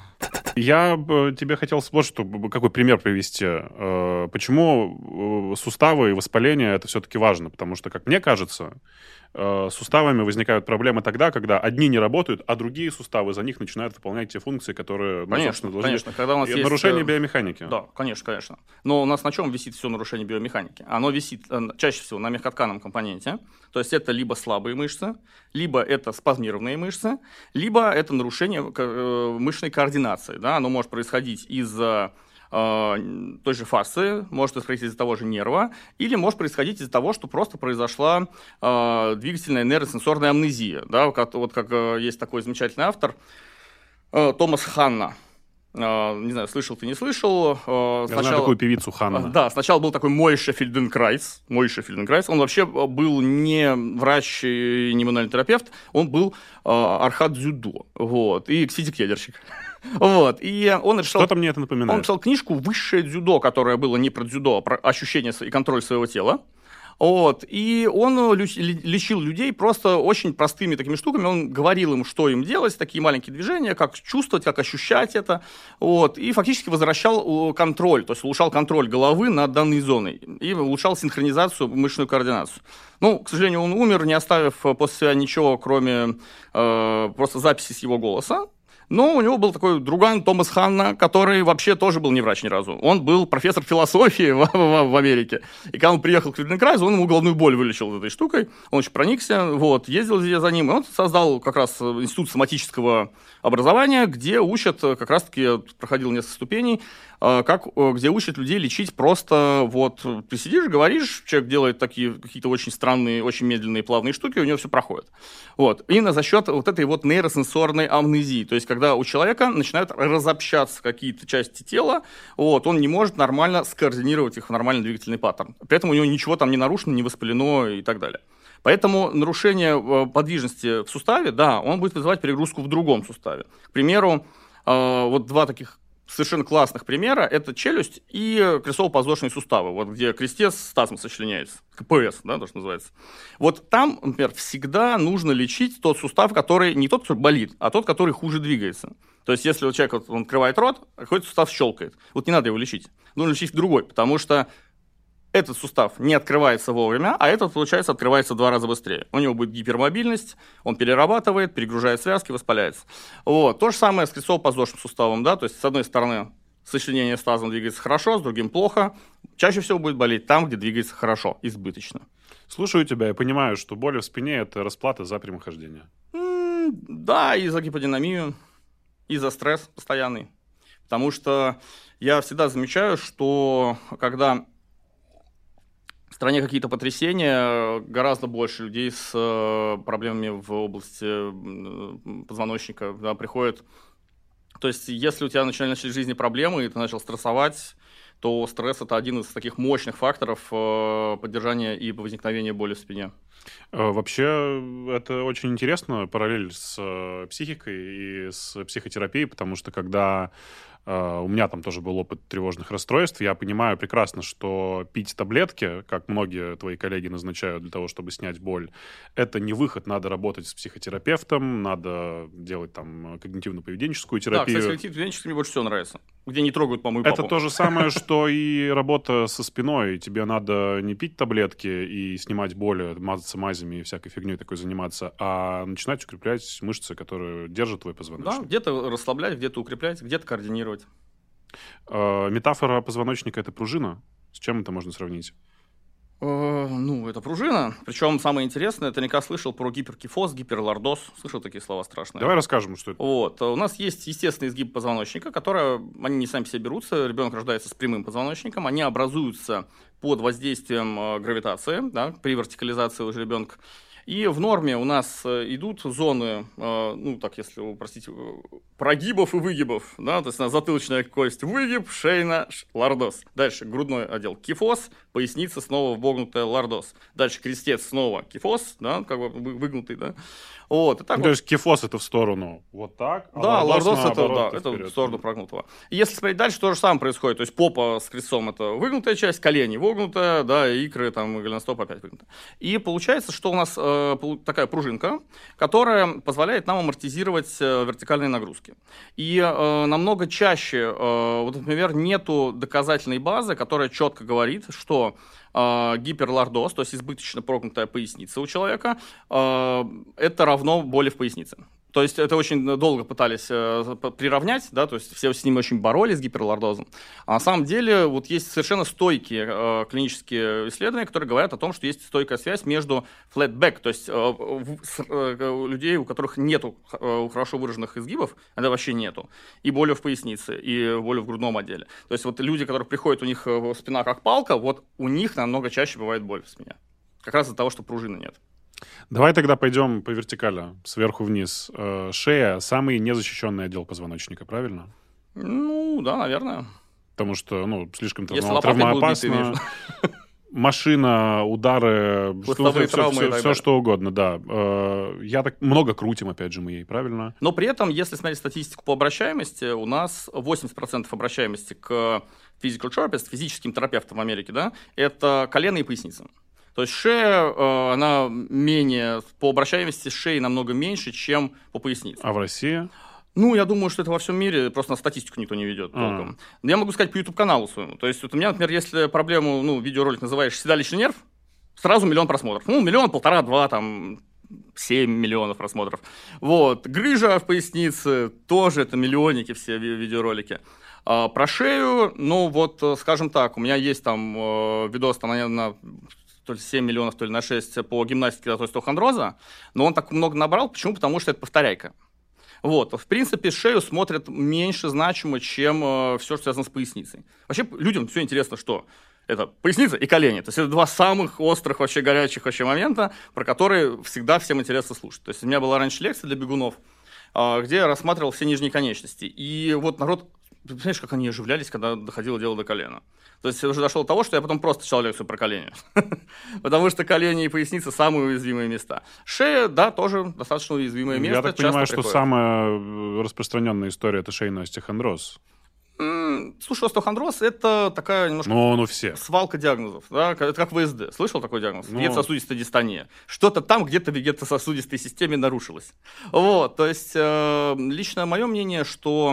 Я тебе хотел какой пример привести. Почему суставы и воспаление это все-таки важно? Потому что, как мне кажется, с суставами возникают проблемы тогда, когда одни не работают, а другие суставы за них начинают выполнять те функции, которые, конечно, должны... Конечно, когда у нас есть... Нарушение биомеханики. Да, конечно. Но у нас на чем висит все нарушение биомеханики? Оно висит чаще всего на мягкотканном компоненте. То есть это либо слабые мышцы, либо это спазмированные мышцы, либо это нарушение мышечной координации. Да? Оно может происходить из-за той же фасции, может происходить из-за того же нерва, или может происходить из-за того, что просто произошла двигательная нейросенсорная амнезия. Да? Вот как есть такой замечательный автор Томас Ханна. Не знаю, слышал ты, не слышал. Я знаю такую певицу Ханна. Да, сначала был такой Мойше Фельденкрайс. Он вообще был не врач и не мануальный терапевт, он был архат дзюдо, вот, и физик-ядерщик. Вот, и он решил... Что-то мне это напоминает. Он написал книжку «Высшее дзюдо», которая была не про дзюдо, а про ощущение и контроль своего тела. Вот, и он лечил людей просто очень простыми такими штуками. Он говорил им, что им делать, такие маленькие движения, как чувствовать, как ощущать это. Вот, и фактически возвращал контроль, то есть улучшал контроль головы над данной зоной и улучшал синхронизацию, мышечную координацию. Ну, к сожалению, он умер, не оставив после себя ничего, кроме просто записи с его голоса. Но у него был такой друган Томас Ханна, который вообще тоже был не врач ни разу. Он был профессор философии в Америке. И когда он приехал к Фельденкрайзу, он ему головную боль вылечил этой штукой. Он очень проникся, вот, ездил за ним. И он создал как раз институт соматического образования, где учат, как раз-таки, проходил несколько ступеней, где учат людей лечить просто, вот, ты сидишь, говоришь, человек делает такие какие-то очень странные, очень медленные, плавные штуки, у него все проходит. Вот. Именно за счет вот этой вот нейросенсорной амнезии, то есть когда у человека начинают разобщаться какие-то части тела, вот, он не может нормально скоординировать их в нормальный двигательный паттерн. При этом у него ничего там не нарушено, не воспалено и так далее. Поэтому нарушение подвижности в суставе, да, он будет вызывать перегрузку в другом суставе. К примеру, вот 2 таких совершенно классных примера – это челюсть и крестцово-подвздошные суставы, вот где крестец с тазом сочленяется, КПС, да, то, что называется. Вот там, например, всегда нужно лечить тот сустав, который не тот, который болит, а тот, который хуже двигается. То есть, если у человека он открывает рот, какой-то сустав щелкает, вот не надо его лечить, нужно лечить другой, потому что этот сустав не открывается вовремя, а этот, получается, открывается в 2 раза быстрее. У него будет гипермобильность, он перерабатывает, перегружает связки, воспаляется. Вот. То же самое с крестцово-подвздошным суставом, да, то есть, с одной стороны, сочленение с тазом двигается хорошо, с другим плохо. Чаще всего будет болеть там, где двигается хорошо, избыточно. Слушаю тебя и понимаю, что боли в спине – это расплата за прямохождение. Да, и за гиподинамию. и за стресс постоянный. Потому что я всегда замечаю, что когда в стране какие-то потрясения, гораздо больше людей с проблемами в области позвоночника, да, приходят. То есть, если у тебя начались в жизни проблемы, и ты начал стрессовать, то стресс – это один из таких мощных факторов поддержания и возникновения боли в спине. Вообще, это очень интересно, параллель с психикой и с психотерапией, потому что когда у меня там тоже был опыт тревожных расстройств, я понимаю прекрасно, что пить таблетки, как многие твои коллеги назначают для того, чтобы снять боль, это не выход, надо работать с психотерапевтом, надо делать там когнитивно-поведенческую терапию. Да, кстати, когнитивно-поведенческую мне больше всего нравится, где не трогают маму и папу. Это то же самое, что и работа со спиной. Тебе надо не пить таблетки и снимать боли, мазаться мазями и всякой фигней такой заниматься, а начинать укреплять мышцы, которые держат твой позвоночник. Да, где-то расслаблять, где-то укреплять, где-то координировать. Метафора позвоночника — это пружина. С чем это можно сравнить? Ну, это пружина. Причем самое интересное, ты наверняка слышал про гиперкифоз, гиперлордоз. Слышал такие слова страшные? Давай расскажем, что это. Вот. У нас есть естественный изгиб позвоночника, которые, они не сами себе берутся. Ребенок рождается с прямым позвоночником. Они образуются под воздействием гравитации, да, при вертикализации уже ребенка. И в норме у нас идут зоны, ну, так, если вы простите, прогибов и выгибов, да, то есть у нас затылочная кость выгиб, шейна, лордоз. Дальше грудной отдел кифоз, поясница снова вогнутая, лордоз. Дальше крестец снова кифоз, да, как бы выгнутый, да. Вот, и так ну, вот. То есть кифоз — это в сторону вот так, а да, лордоз наоборот, это в сторону прогнутого. И если смотреть дальше, то же самое происходит. То есть попа с крестцом — это выгнутая часть, колени вогнутая, да, икры, там, голеностоп опять выгнутая. И получается, что у нас такая пружинка, которая позволяет нам амортизировать вертикальные нагрузки. И намного чаще, вот, например, нету доказательной базы, которая четко говорит, что гиперлордоз, то есть избыточно прогнутая поясница у человека, это равно боли в пояснице. То есть это очень долго пытались приравнять, да, то есть все с ними очень боролись, с гиперлордозом. А на самом деле вот есть совершенно стойкие клинические исследования, которые говорят о том, что есть стойкая связь между flat back, то есть людей, у которых нету хорошо выраженных изгибов, это вообще нету, и болью в пояснице, и болью в грудном отделе. То есть вот люди, которые приходят, у них спина как палка, вот у них намного чаще бывает боль в спине. Как раз из-за того, что пружины нет. Давай тогда пойдем по вертикали, сверху вниз. Шея — самый незащищенный отдел позвоночника, правильно? Ну, да, наверное. Потому что, ну, слишком травмоопасно. Машина, удары, все что угодно, да. Я так много крутим, опять же, мы ей, правильно? Но при этом, если смотреть статистику по обращаемости, у нас 80% обращаемости к physical therapist, физическим терапевтам в Америке, да, это колено и поясница. То есть шея, она менее, по обращаемости шеи намного меньше, чем по пояснице. А в России? Ну, я думаю, что это во всем мире, просто на статистику никто не ведет толком. Я могу сказать по YouTube-каналу своему. То есть вот у меня, например, если проблему, ну, видеоролик называешь «Седалищный нерв», сразу 1 миллион просмотров. Ну, 1 миллион, 1,5, 2, там, 7 миллионов просмотров. Вот. Грыжа в пояснице, тоже это миллионники все видеоролики. Про шею, ну, вот, скажем так, у меня есть там видос, там, на то ли 7 миллионов, то ли на 6 по гимнастике остеохондроза, но он так много набрал. Почему? Потому что это повторяйка. Вот. В принципе, шею смотрят меньше значимо, чем все, что связано с поясницей. Вообще, людям все интересно, что это поясница и колени. То есть это два самых острых, вообще горячих вообще момента, про которые всегда всем интересно слушать. То есть у меня была раньше лекция для бегунов, где я рассматривал все нижние конечности. И вот народ, ты понимаешь, как они оживлялись, когда доходило дело до колена. То есть уже дошло до того, что я потом просто читал лекцию про колени. Потому что колени и поясница — самые уязвимые места. Шея, да, тоже достаточно уязвимое место. Я так понимаю, что самая распространенная история — это шейный остеохондроз. Слушай, остеохондроз — это такая немножко свалка диагнозов. Да? Это как ВСД. Слышал такой диагноз? Вегетососудистая дистония. Что-то там где-то в вегетососудистой системе нарушилось. Вот, то есть лично мое мнение, что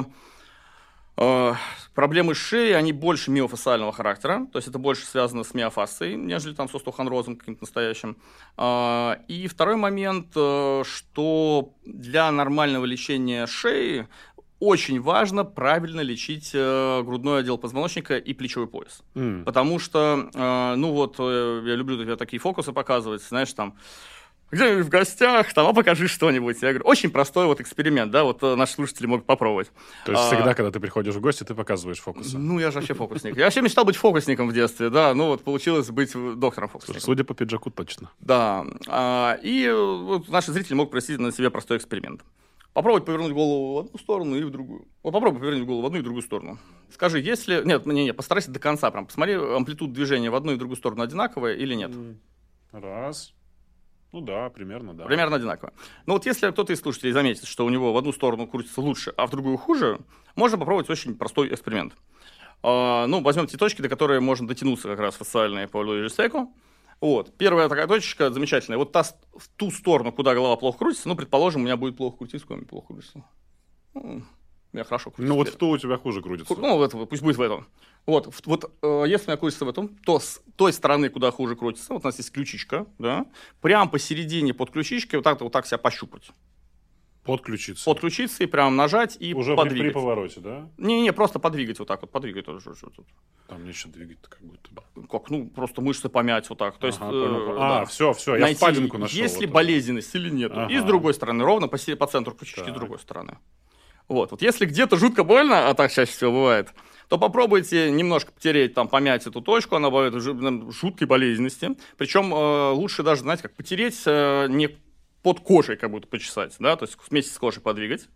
проблемы с шеей, они больше миофасциального характера, то есть это больше связано с миофасцией, нежели там с остеохондрозом каким-то настоящим. И второй момент, что для нормального лечения шеи очень важно правильно лечить грудной отдел позвоночника и плечевой пояс. Потому что, ну вот, я люблю такие фокусы показывать, знаешь, там, где-нибудь в гостях, там, а покажи что-нибудь. Я говорю, очень простой вот эксперимент, да, вот наши слушатели могут попробовать. То есть всегда, когда ты приходишь в гости, ты показываешь фокусы? Ну, я же вообще фокусник. Я вообще мечтал быть фокусником в детстве, да, ну вот получилось быть доктором фокусником. Судя по пиджаку, точно. Да, и вот наши зрители могут просить на себе простой эксперимент. Попробовать повернуть голову в одну сторону и в другую. Вот попробуй повернуть голову в одну и в другую сторону. Скажи, если... Нет, постарайся до конца прям. Посмотри, амплитуду движения в одну и в другую сторону одинаковая или нет. Раз. Ну да, примерно, да. Примерно одинаково. Но вот если кто-то из слушателей заметит, что у него в одну сторону крутится лучше, а в другую хуже, можно попробовать очень простой эксперимент. Возьмем те точки, до которых можно дотянуться как раз социальные по Луиджи Секу. Вот. Первая такая точечка замечательная. Вот в ту сторону, куда голова плохо крутится, предположим, у меня будет плохо крутиться, куда-нибудь плохо крутится. У меня хорошо крутится. Ну, вот в ту у тебя хуже крутится. Пусть будет в этом. Вот, если у меня крутится в этом, то с той стороны, куда хуже крутится, вот у нас есть ключичка, да, прямо посередине под ключичкой вот так себя пощупать. Под ключицей. Под ключицей прям нажать и уже подвигать. При повороте, да? Не, просто подвигать вот так вот, подвигать тоже. Там мне еще двигать-то как будто бы. Как, просто мышцы помять вот так. То есть, да. Все, я найти, впадинку нашел. Есть ли болезненность или нет. И с другой стороны, ровно по центру ключички с другой стороны. Вот если где-то жутко больно, а так чаще всего бывает, то попробуйте немножко потереть, помять эту точку, она бывает жуткой болезненности. Причем лучше даже, знаете, как потереть не под кожей как будто почесать, да, то есть вместе с кожей подвигать.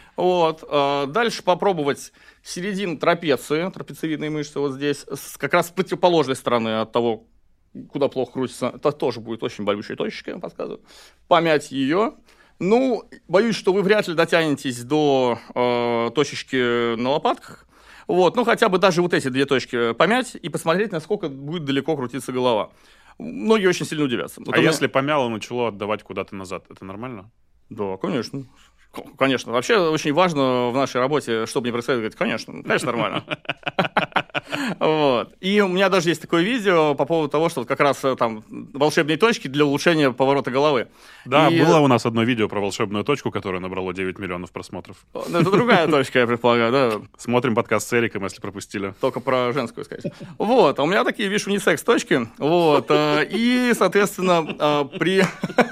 Дальше попробовать середину трапеции, трапециевидные мышцы вот здесь, как раз с противоположной стороны от того, куда плохо крутится. Это тоже будет очень болючая точечка, я вам подсказываю. Помять ее. Боюсь, что вы вряд ли дотянетесь до точечки на лопатках. Хотя бы даже вот эти две точки помять и посмотреть, насколько будет далеко крутиться голова. Многие очень сильно удивятся. Если помяло, начало отдавать куда-то назад, это нормально? Да, конечно. Конечно. Вообще очень важно в нашей работе, чтобы не происходило, говорить, конечно, нормально. И у меня даже есть такое видео по поводу того, что как раз там волшебные точки для улучшения поворота головы. Да, было у нас одно видео про волшебную точку, которое набрало 9 миллионов просмотров. Это другая точка, я предполагаю, да. Смотрим подкаст с Эриком, если пропустили. Только про женскую сказать. А у меня такие, видишь, унисекс-точки. И, соответственно, при...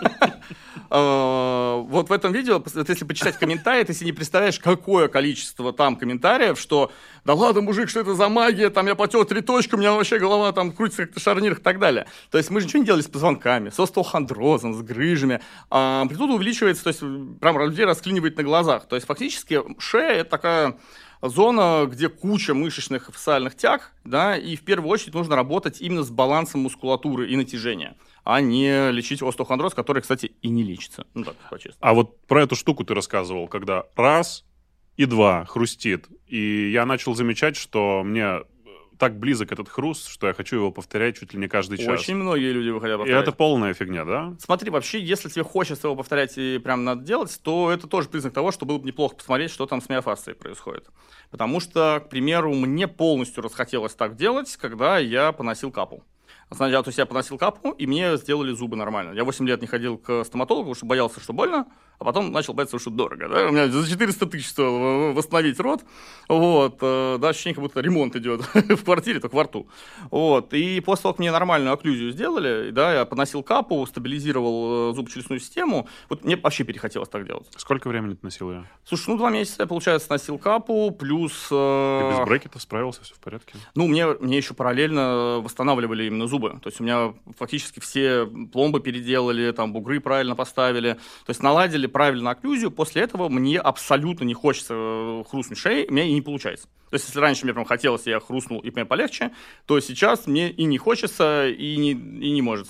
Вот в этом видео, если почитать комментарии, ты себе не представляешь, какое количество там комментариев, что да ладно, мужик, что это за магия, там я потел 3 точки, у меня вообще голова там крутится как-то в шарнирах и так далее. То есть мы же ничего не делали с позвонками, с остеохондрозом, с грыжами. Амплитуда увеличивается, то есть прям людей расклинивает на глазах. То есть фактически шея – это такая зона, где куча мышечных и фасциальных тяг, да, и в первую очередь нужно работать именно с балансом мускулатуры и натяжения, а не лечить остеохондроз, который, кстати, и не лечится. Так, по-честному. А вот про эту штуку ты рассказывал, когда раз и два хрустит, и я начал замечать, что мне так близок этот хруст, что я хочу его повторять чуть ли не каждый час. Очень многие люди хотят повторять. И это полная фигня, да? Смотри, вообще, если тебе хочется его повторять и прям надо делать, то это тоже признак того, что было бы неплохо посмотреть, что там с миофасцией происходит. Потому что, к примеру, мне полностью расхотелось так делать, когда я поносил капу. То есть я поносил капу, и мне сделали зубы нормально. Я 8 лет не ходил к стоматологу, потому что боялся, что больно, а потом начал бояться, что дорого. Да? У меня за 400 тысяч стоило восстановить рот. Да, ощущение, как будто ремонт идет в квартире, только во рту. И после того, как мне нормальную окклюзию сделали, да, я поносил капу, стабилизировал зубочелюстную систему, мне вообще перехотелось так делать. Сколько времени ты носил ее? Слушай, 2 месяца я, получается, носил капу, плюс... Ты без брекетов справился, все в порядке? Мне еще параллельно восстанавливали именно зубы. То есть у меня фактически все пломбы переделали, там бугры правильно поставили. То есть наладили правильно окклюзию. После этого мне абсолютно не хочется хрустнуть шеей, у меня и не получается. То есть если раньше мне прям хотелось, я хрустнул и мне полегче, то сейчас мне и не хочется, и не может.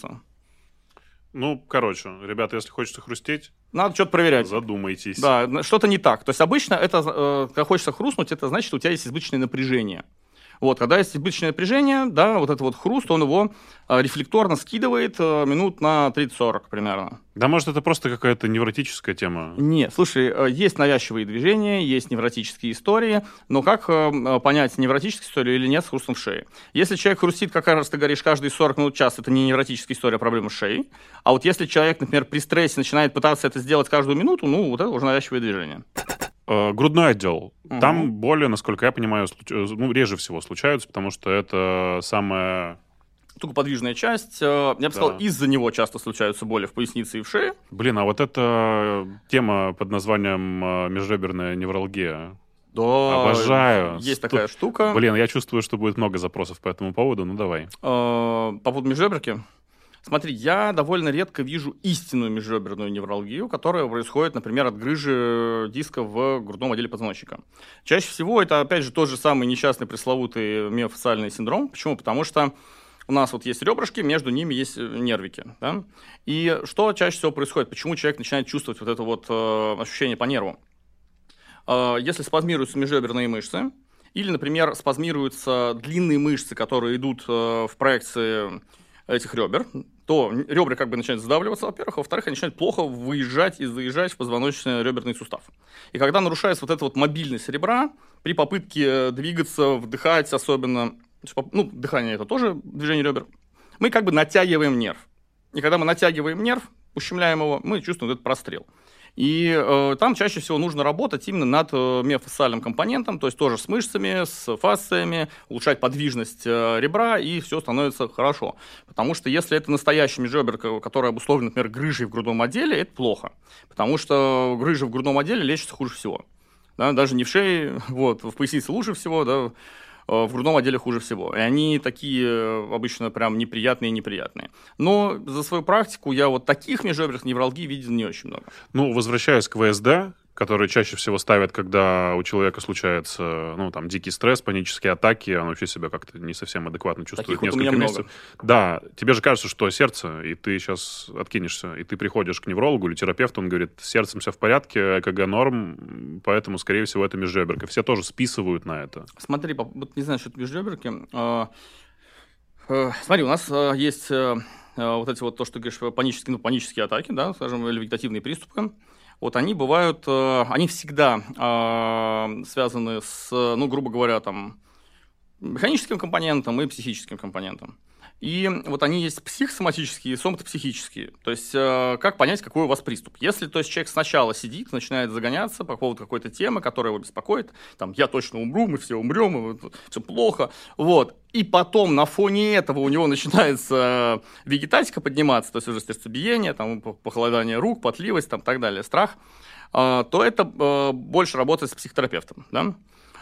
Ребята, если хочется хрустеть, надо что-то проверять. Задумайтесь. Да, что-то не так. То есть обычно это, когда хочется хрустнуть, это значит, что у тебя есть избыточное напряжение. Когда есть избыточное напряжение, да, вот этот вот хруст, он его рефлекторно скидывает минут на 30-40 примерно. Да, может, это просто какая-то невротическая тема? Нет, слушай, есть навязчивые движения, есть невротические истории, но как понять, невротическая история или нет с хрустом в шее? Если человек хрустит, как раз ты говоришь, каждые 40 минут, час, это не невротическая история, а проблема с шеей. А вот если человек, например, при стрессе начинает пытаться это сделать каждую минуту, вот это уже навязчивое движение. Грудной отдел. Там боли, насколько я понимаю, реже всего случаются, потому что это самое тугоподвижная часть. Я бы сказал, из-за него часто случаются боли в пояснице и в шее. Блин, а вот эта тема под названием межреберная невралгия. Да, обожаю. Есть такая штука. Блин, я чувствую, что будет много запросов по этому поводу, ну давай. По поводу межреберки. Смотри, я довольно редко вижу истинную межреберную невралгию, которая происходит, например, от грыжи диска в грудном отделе позвоночника. Чаще всего это, опять же, тот же самый несчастный пресловутый миофасциальный синдром. Почему? Потому что у нас вот есть ребрышки, между ними есть нервики. Да? И что чаще всего происходит? Почему человек начинает чувствовать вот это вот ощущение по нерву? Если спазмируются межреберные мышцы, или, например, спазмируются длинные мышцы, которые идут в проекции этих ребер, то ребра как бы начинают сдавливаться, во-первых, а во-вторых, они начинают плохо выезжать и заезжать в позвоночно-реберный сустав. И когда нарушается вот эта вот мобильность ребра, при попытке двигаться, вдыхать особенно, ну, дыхание это тоже движение ребер, мы как бы натягиваем нерв. И когда мы натягиваем нерв, ущемляем его, мы чувствуем этот прострел. И там чаще всего нужно работать именно над миофасциальным компонентом, то есть тоже с мышцами, с фасциями, улучшать подвижность ребра, и все становится хорошо. Потому что если это настоящий межребер, который обусловлен, например, грыжей в грудном отделе, это плохо. Потому что грыжа в грудном отделе лечится хуже всего. Да, даже не в шее, вот, в пояснице лучше всего, да, в грудном отделе хуже всего. И они такие обычно прям неприятные. Но за свою практику я вот таких межреберных невралгий видел не очень много. Ну, возвращаясь к ВСД, которые чаще всего ставят, когда у человека случается, ну, там, дикий стресс, панические атаки, он вообще себя как-то не совсем адекватно чувствует таких несколько вот месяцев. Много. Да, тебе же кажется, что сердце, и ты сейчас откинешься, и ты приходишь к неврологу или терапевту, он говорит, с сердцем все в порядке, ЭКГ норм, поэтому, скорее всего, это межреберка. Все тоже списывают на это. Смотри, вот не знаю, что это межреберки. Смотри, у нас есть вот эти вот, то, что ты говоришь, панические атаки, да, скажем, или вегетативные приступы. Вот они бывают, они всегда связаны с, ну, грубо говоря, там, механическим компонентом и психическим компонентом. И вот они есть психосоматические и соматопсихические. То есть, как понять, какой у вас приступ? Если, то есть, человек сначала сидит, начинает загоняться по поводу какой-то темы, которая его беспокоит, там, я точно умру, мы все умрем, все плохо, вот. И потом на фоне этого у него начинается вегетатика подниматься, то есть уже сердцебиение, там, похолодание рук, потливость, там, так далее, страх, то это больше работает с психотерапевтом, да?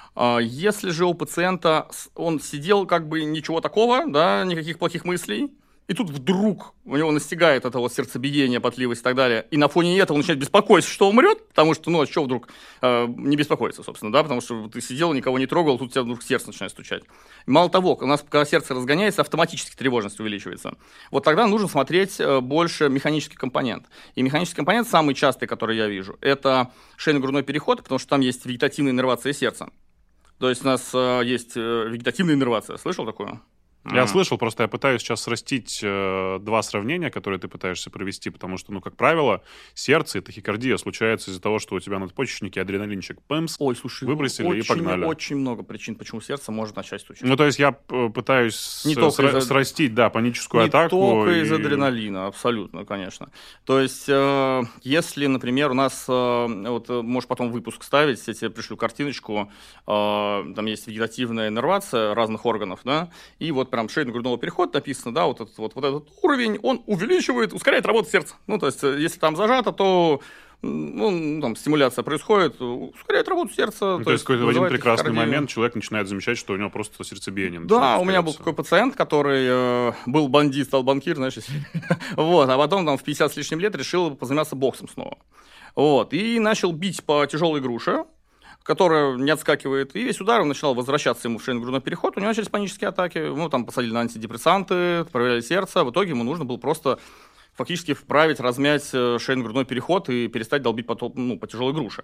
Если же у пациента он сидел как бы ничего такого, да, никаких плохих мыслей, и тут вдруг у него настигает это вот сердцебиение, потливость и так далее, и на фоне этого он начинает беспокоиться, что умрет, потому что, ну, а что вдруг не беспокоиться, собственно, да, потому что ты сидел, никого не трогал, тут у тебя вдруг сердце начинает стучать. Мало того, у нас, когда сердце разгоняется, автоматически тревожность увеличивается. Вот тогда нужно смотреть больше механический компонент. И механический компонент, самый частый, который я вижу, это шейно-грудной переход, потому что там есть вегетативная иннервация сердца. То есть у нас есть вегетативная иннервация. Слышал такое? Я слышал, просто я пытаюсь сейчас срастить два сравнения, которые ты пытаешься провести, потому что, ну, как правило, сердце и тахикардия случаются из-за того, что у тебя надпочечнике адреналинчик пэмс, ой, слушай, выбросили и погнали. Очень много причин, почему сердце может начать стучать. Ну, то есть я пытаюсь срастить, да, паническую атаку. Не только из адреналина, абсолютно, конечно. То есть, если, например, у нас, вот можешь потом выпуск ставить, я тебе пришлю картиночку, там есть вегетативная иннервация разных органов, да, и вот прям шейно-грудного перехода написано, да, вот этот уровень, он увеличивает, ускоряет работу сердца. Ну, то есть, если там зажато, то, ну, там стимуляция происходит, ускоряет работу сердца. Ну, то есть, в один прекрасный момент человек начинает замечать, что у него просто сердцебиение начинает ускоряться. У меня был такой пациент, который был бандит, стал банкир, знаешь, вот, а потом там в 50 с лишним лет решил позаниматься боксом снова. Вот, и начал бить по тяжелой груше, которая не отскакивает, и весь удар он начинал возвращаться ему в шейно-грудной переход, у него начались панические атаки, ну, там посадили на антидепрессанты, проверяли сердце, в итоге ему нужно было просто фактически вправить, размять шейно-грудной переход и перестать долбить по тяжелой груше.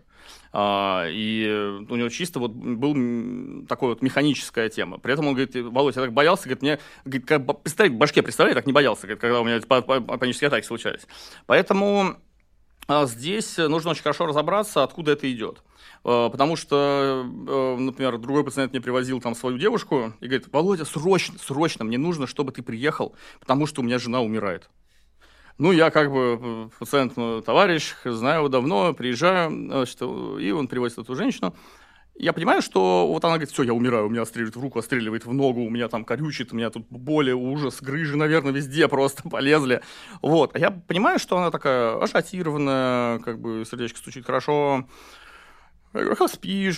И у него чисто вот был такой вот механическая тема. При этом он говорит, Володь, я так боялся, говорит, мне, говорит, как, в башке, представляю, так не боялся, говорит, когда у меня панические атаки случались. Поэтому здесь нужно очень хорошо разобраться, откуда это идет. Потому что, например, другой пациент мне привозил там свою девушку и говорит, Володя, срочно, мне нужно, чтобы ты приехал, потому что у меня жена умирает. Ну, я как бы пациент, товарищ, знаю его давно, приезжаю, значит, и он привозит эту женщину. Я понимаю, что вот она говорит, все, я умираю, у меня отстреливает в руку, отстреливает в ногу, у меня там корючит, у меня тут боли, ужас, грыжи, наверное, везде просто полезли. Вот. А я понимаю, что она такая ажиотированная, как бы сердечко стучит хорошо. Я говорю, как спишь?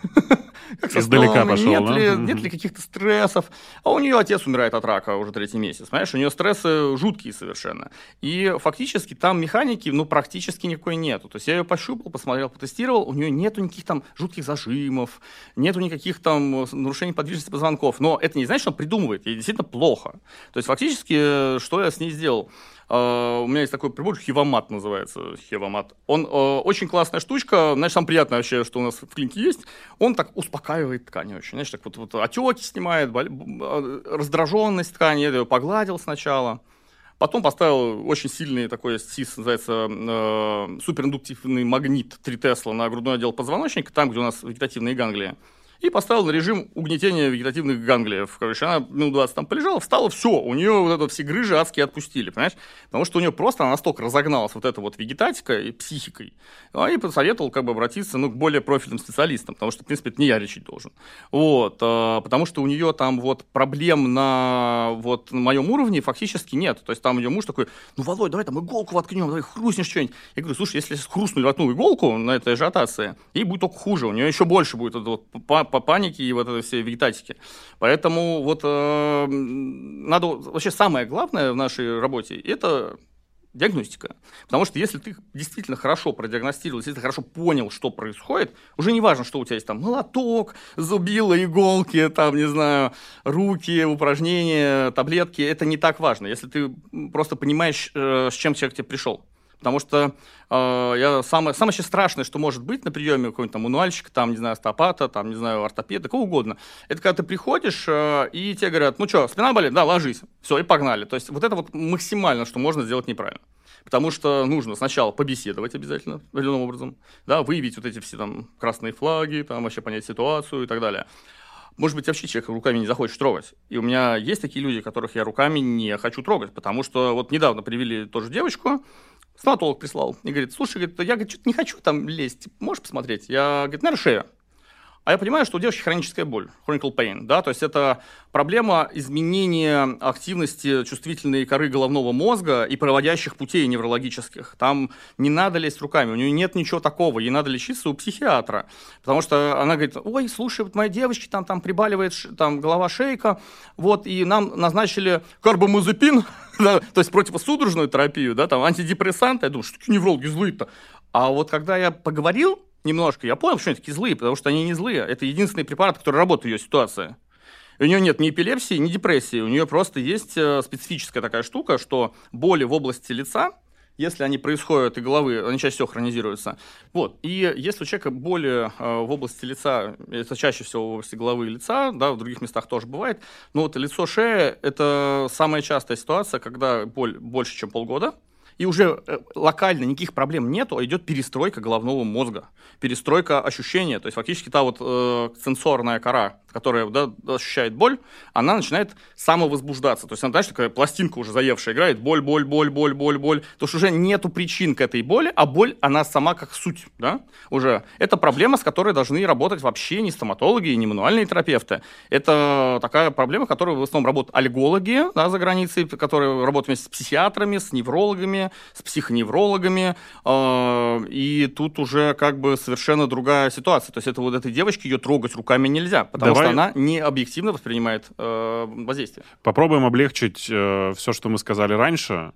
Как со Издалека сном? пошел, да? Нет ли каких-то стрессов? А у нее отец умирает от рака уже 3-й месяц, понимаешь? У нее стрессы жуткие совершенно. И фактически там механики, практически никакой нету. То есть я ее пощупал, посмотрел, потестировал, у нее нету никаких там жутких зажимов, нету никаких там нарушений подвижности позвонков. Но это не значит, что он придумывает. Ей действительно плохо. То есть фактически, что я с ней сделал? У меня есть такой прибор, Хевомат называется. Хевомат. Он очень классная штучка. Знаешь, самое приятное вообще, что у нас в клинике есть. Он так успокаивает ткани очень. Знаешь, так вот отеки снимает, раздраженность ткани. Я ее погладил сначала. Потом поставил очень сильный такой СИС, называется супериндуктивный магнит 3 Тесла на грудной отдел позвоночника, там, где у нас вегетативные ганглии. И поставил на режим угнетения вегетативных ганглиев. Короче, она минут 20 там полежала, встала, все, у нее вот это все грыжи адские отпустили, понимаешь? Потому что у нее просто она настолько разогналась вот эта вот вегетатика и психикой. И посоветовал как бы обратиться к более профильным специалистам, потому что, в принципе, это не я лечить должен. Вот, потому что у нее там вот проблем на моем уровне фактически нет. То есть там ее муж такой, Володь, давай там иголку воткнем, давай хрустнешь что-нибудь. Я говорю, слушай, если хрустнуть воткну иголку на этой ажиотации, ей будет только хуже, у нее еще больше будет по панике и вот этой всей вегетатике. Поэтому вот надо... Вообще самое главное в нашей работе – это диагностика. Потому что если ты действительно хорошо продиагностировал, если ты хорошо понял, что происходит, уже не важно, что у тебя есть там молоток, зубило, иголки, там, не знаю, руки, упражнения, таблетки. Это не так важно, если ты просто понимаешь, с чем человек к тебе пришел. Потому что самое еще страшное, что может быть на приеме какого-нибудь там мануальщика, там, не знаю, остеопата, там, не знаю, ортопеда, кого угодно, это когда ты приходишь, и тебе говорят, ну что, спина болит? Да, ложись. Все, и погнали. То есть вот это вот максимально, что можно сделать неправильно. Потому что нужно сначала побеседовать обязательно определенным образом, да, выявить вот эти все там красные флаги, там вообще понять ситуацию и так далее. Может быть, вообще человек руками не захочешь трогать. И у меня есть такие люди, которых я руками не хочу трогать, потому что вот недавно привели тоже девочку, стоматолог прислал и говорит, слушай, говорит, я говорит, что-то не хочу там лезть, можешь посмотреть? Я, говорит, наверное, шея. А я понимаю, что у девушки хроническая боль, chronic pain, да, то есть это проблема изменения активности чувствительной коры головного мозга и проводящих путей неврологических. Там не надо лезть руками, у нее нет ничего такого, ей надо лечиться у психиатра, потому что она говорит, ой, слушай, вот моей девочке там прибаливает там голова, шейка, вот, и нам назначили карбамазепин, да, то есть противосудорожную терапию, да, там антидепрессанты, я думаю, что такие неврологи злые-то. А вот когда я поговорил немножко, я понял, почему они такие злые, потому что они не злые. Это единственный препарат, который работает в ее ситуации. И у нее нет ни эпилепсии, ни депрессии. У нее просто есть специфическая такая штука, что боли в области лица, если они происходят и головы, они чаще всего хронизируются. Вот. И если у человека боли в области лица, это чаще всего в области головы и лица, да, в других местах тоже бывает, но вот лицо, шея – это самая частая ситуация, когда боль больше, чем полгода, и уже локально никаких проблем нету, а идет перестройка головного мозга, перестройка ощущения. То есть фактически та вот сенсорная кора, которая ощущает боль, она начинает самовозбуждаться. То есть она, знаешь, такая пластинка уже заевшая играет, боль, боль, боль, боль, боль, боль. То есть уже нету причин к этой боли, а боль, она сама как суть, да, уже. Это проблема, с которой должны работать вообще не стоматологи, не мануальные терапевты. Это такая проблема, которую в основном работают аллергологи, да, за границей, которые работают вместе с психиатрами, с неврологами, с психоневрологами, и тут уже как бы совершенно другая ситуация. То есть это вот этой девочке ее трогать руками нельзя, потому что она не объективно воспринимает воздействие. Попробуем облегчить все, что мы сказали раньше,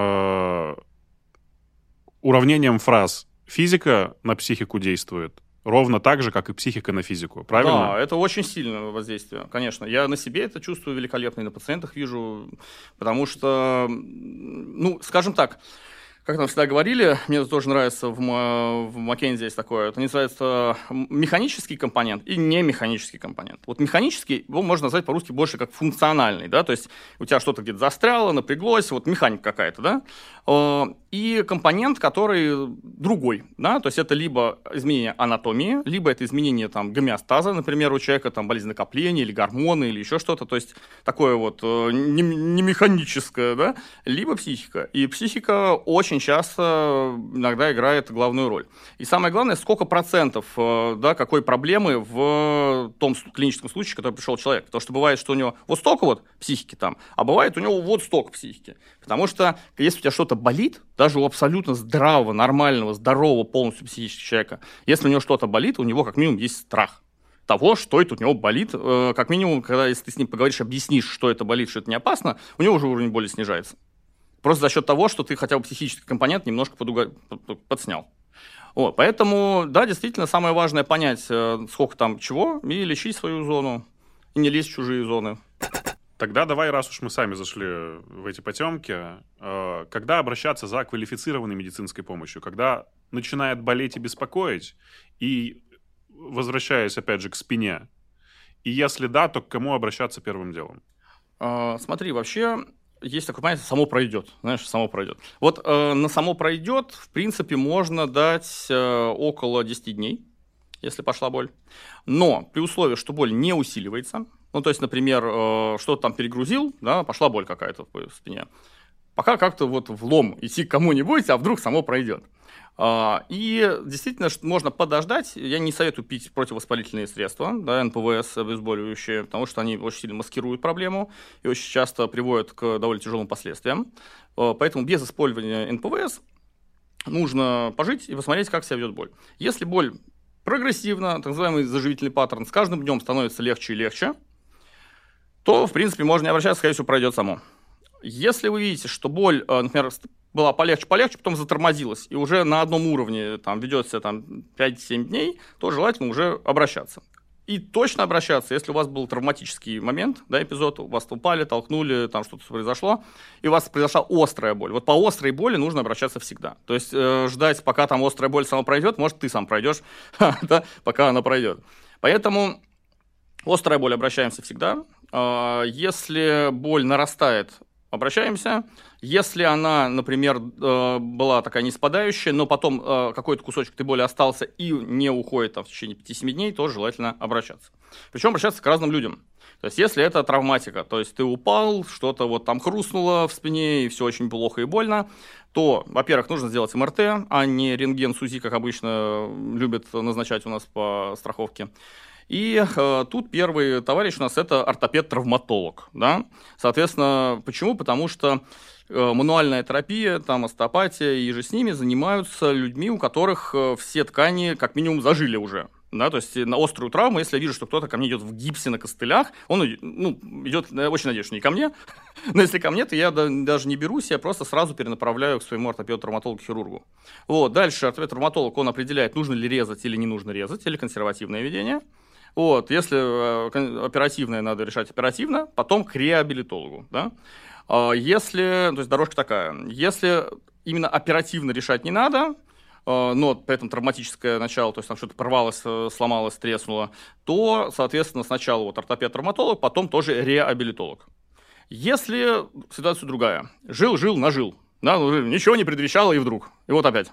уравнением фраз. Физика на психику действует ровно так же, как и психика на физику, правильно? Да, это очень сильное воздействие, конечно. Я на себе это чувствую великолепно, и на пациентах вижу, потому что, ну, скажем так, как нам всегда говорили, мне это тоже нравится, в Маккензи есть такое, это называется механический компонент и немеханический компонент. Вот механический, его можно назвать по-русски больше как функциональный, да, то есть у тебя что-то где-то застряло, напряглось, вот механика какая-то, да, и компонент, который другой, да, то есть это либо изменение анатомии, либо это изменение там гомеостаза, например, у человека там болезнь накопления или гормоны или еще что-то, то есть такое вот не механическое, да, либо психика. И психика очень очень часто иногда играет главную роль. И самое главное, сколько процентов, да, какой проблемы в том клиническом случае, который пришел человек. Потому что бывает, что у него вот столько вот психики там, а бывает у него вот столько психики. Потому что если у тебя что-то болит, даже у абсолютно здравого, нормального, здорового полностью психического человека, если у него что-то болит, у него как минимум есть страх того, что это у него болит. Как минимум, когда если ты с ним поговоришь, объяснишь, что это болит, что это не опасно, у него уже уровень боли снижается. Просто за счет того, что ты хотя бы психический компонент немножко подснял. Вот, поэтому, да, действительно, самое важное понять, сколько там чего, и лечить свою зону, и не лезть в чужие зоны. Тогда давай, раз уж мы сами зашли в эти потемки, когда обращаться за квалифицированной медицинской помощью? Когда начинает болеть и беспокоить, и возвращаясь, опять же, к спине, и если да, то к кому обращаться первым делом? Смотри, вообще есть такое понятие «само пройдет». Знаешь, «само пройдет». Вот на «само пройдет» в принципе можно дать около 10 дней, если пошла боль. Но при условии, что боль не усиливается, ну, то есть, например, что-то там перегрузил, да, пошла боль какая-то в спине, пока как-то вот влом идти к кому-нибудь, а вдруг само пройдет. И действительно можно подождать. Я не советую пить противовоспалительные средства, да, НПВС, обезболивающие, потому что они очень сильно маскируют проблему и очень часто приводят к довольно тяжелым последствиям. Поэтому без использования НПВС нужно пожить и посмотреть, как себя ведет боль. Если боль прогрессивна, так называемый заживительный паттерн, с каждым днем становится легче и легче, то, в принципе, можно не обращаться, скорее всего, пройдет само. Если вы видите, что боль, например, была полегче, потом затормозилась, и уже на одном уровне там, ведется там, 5-7 дней, то желательно уже обращаться. И точно обращаться, если у вас был травматический момент, да, эпизод, у вас упали, толкнули, там что-то произошло, и у вас произошла острая боль. Вот по острой боли нужно обращаться всегда. То есть ждать, пока там острая боль сама пройдет, может, ты сам пройдешь, да, пока она пройдет. Поэтому острая боль, обращаемся всегда. Если боль нарастает, обращаемся. Если она, например, была такая не спадающая, но потом какой-то кусочек этой боли остался и не уходит там, в течение 5-7 дней, то желательно обращаться. Причем обращаться к разным людям. То есть, если это травматика, то есть ты упал, что-то вот там хрустнуло в спине, и все очень плохо и больно, то, во-первых, нужно сделать МРТ, а не рентген с УЗИ, как обычно любят назначать у нас по страховке. И тут первый товарищ у нас это ортопед-травматолог. Да? Соответственно, почему? Потому что мануальная терапия, там, остеопатия и же с ними занимаются людьми, у которых все ткани как минимум зажили уже. Да, то есть на острую травму, если я вижу, что кто-то ко мне идет в гипсе на костылях, он идет, очень надеюсь, что не ко мне, но если ко мне, то я даже не берусь, я просто сразу перенаправляю к своему ортопеду-травматологу-хирургу. Вот, дальше ортопед-травматолог, он определяет, нужно ли резать или не нужно резать, или консервативное ведение. Вот, если оперативное, надо решать оперативно, потом к реабилитологу. Да? Если, то есть дорожка такая, если именно оперативно решать не надо, но при этом травматическое начало, то есть там что-то порвалось, сломалось, треснуло, то, соответственно, сначала вот ортопед-травматолог, потом тоже реабилитолог. Если ситуация другая, жил, нажил, да, ничего не предвещало и вдруг, и вот опять,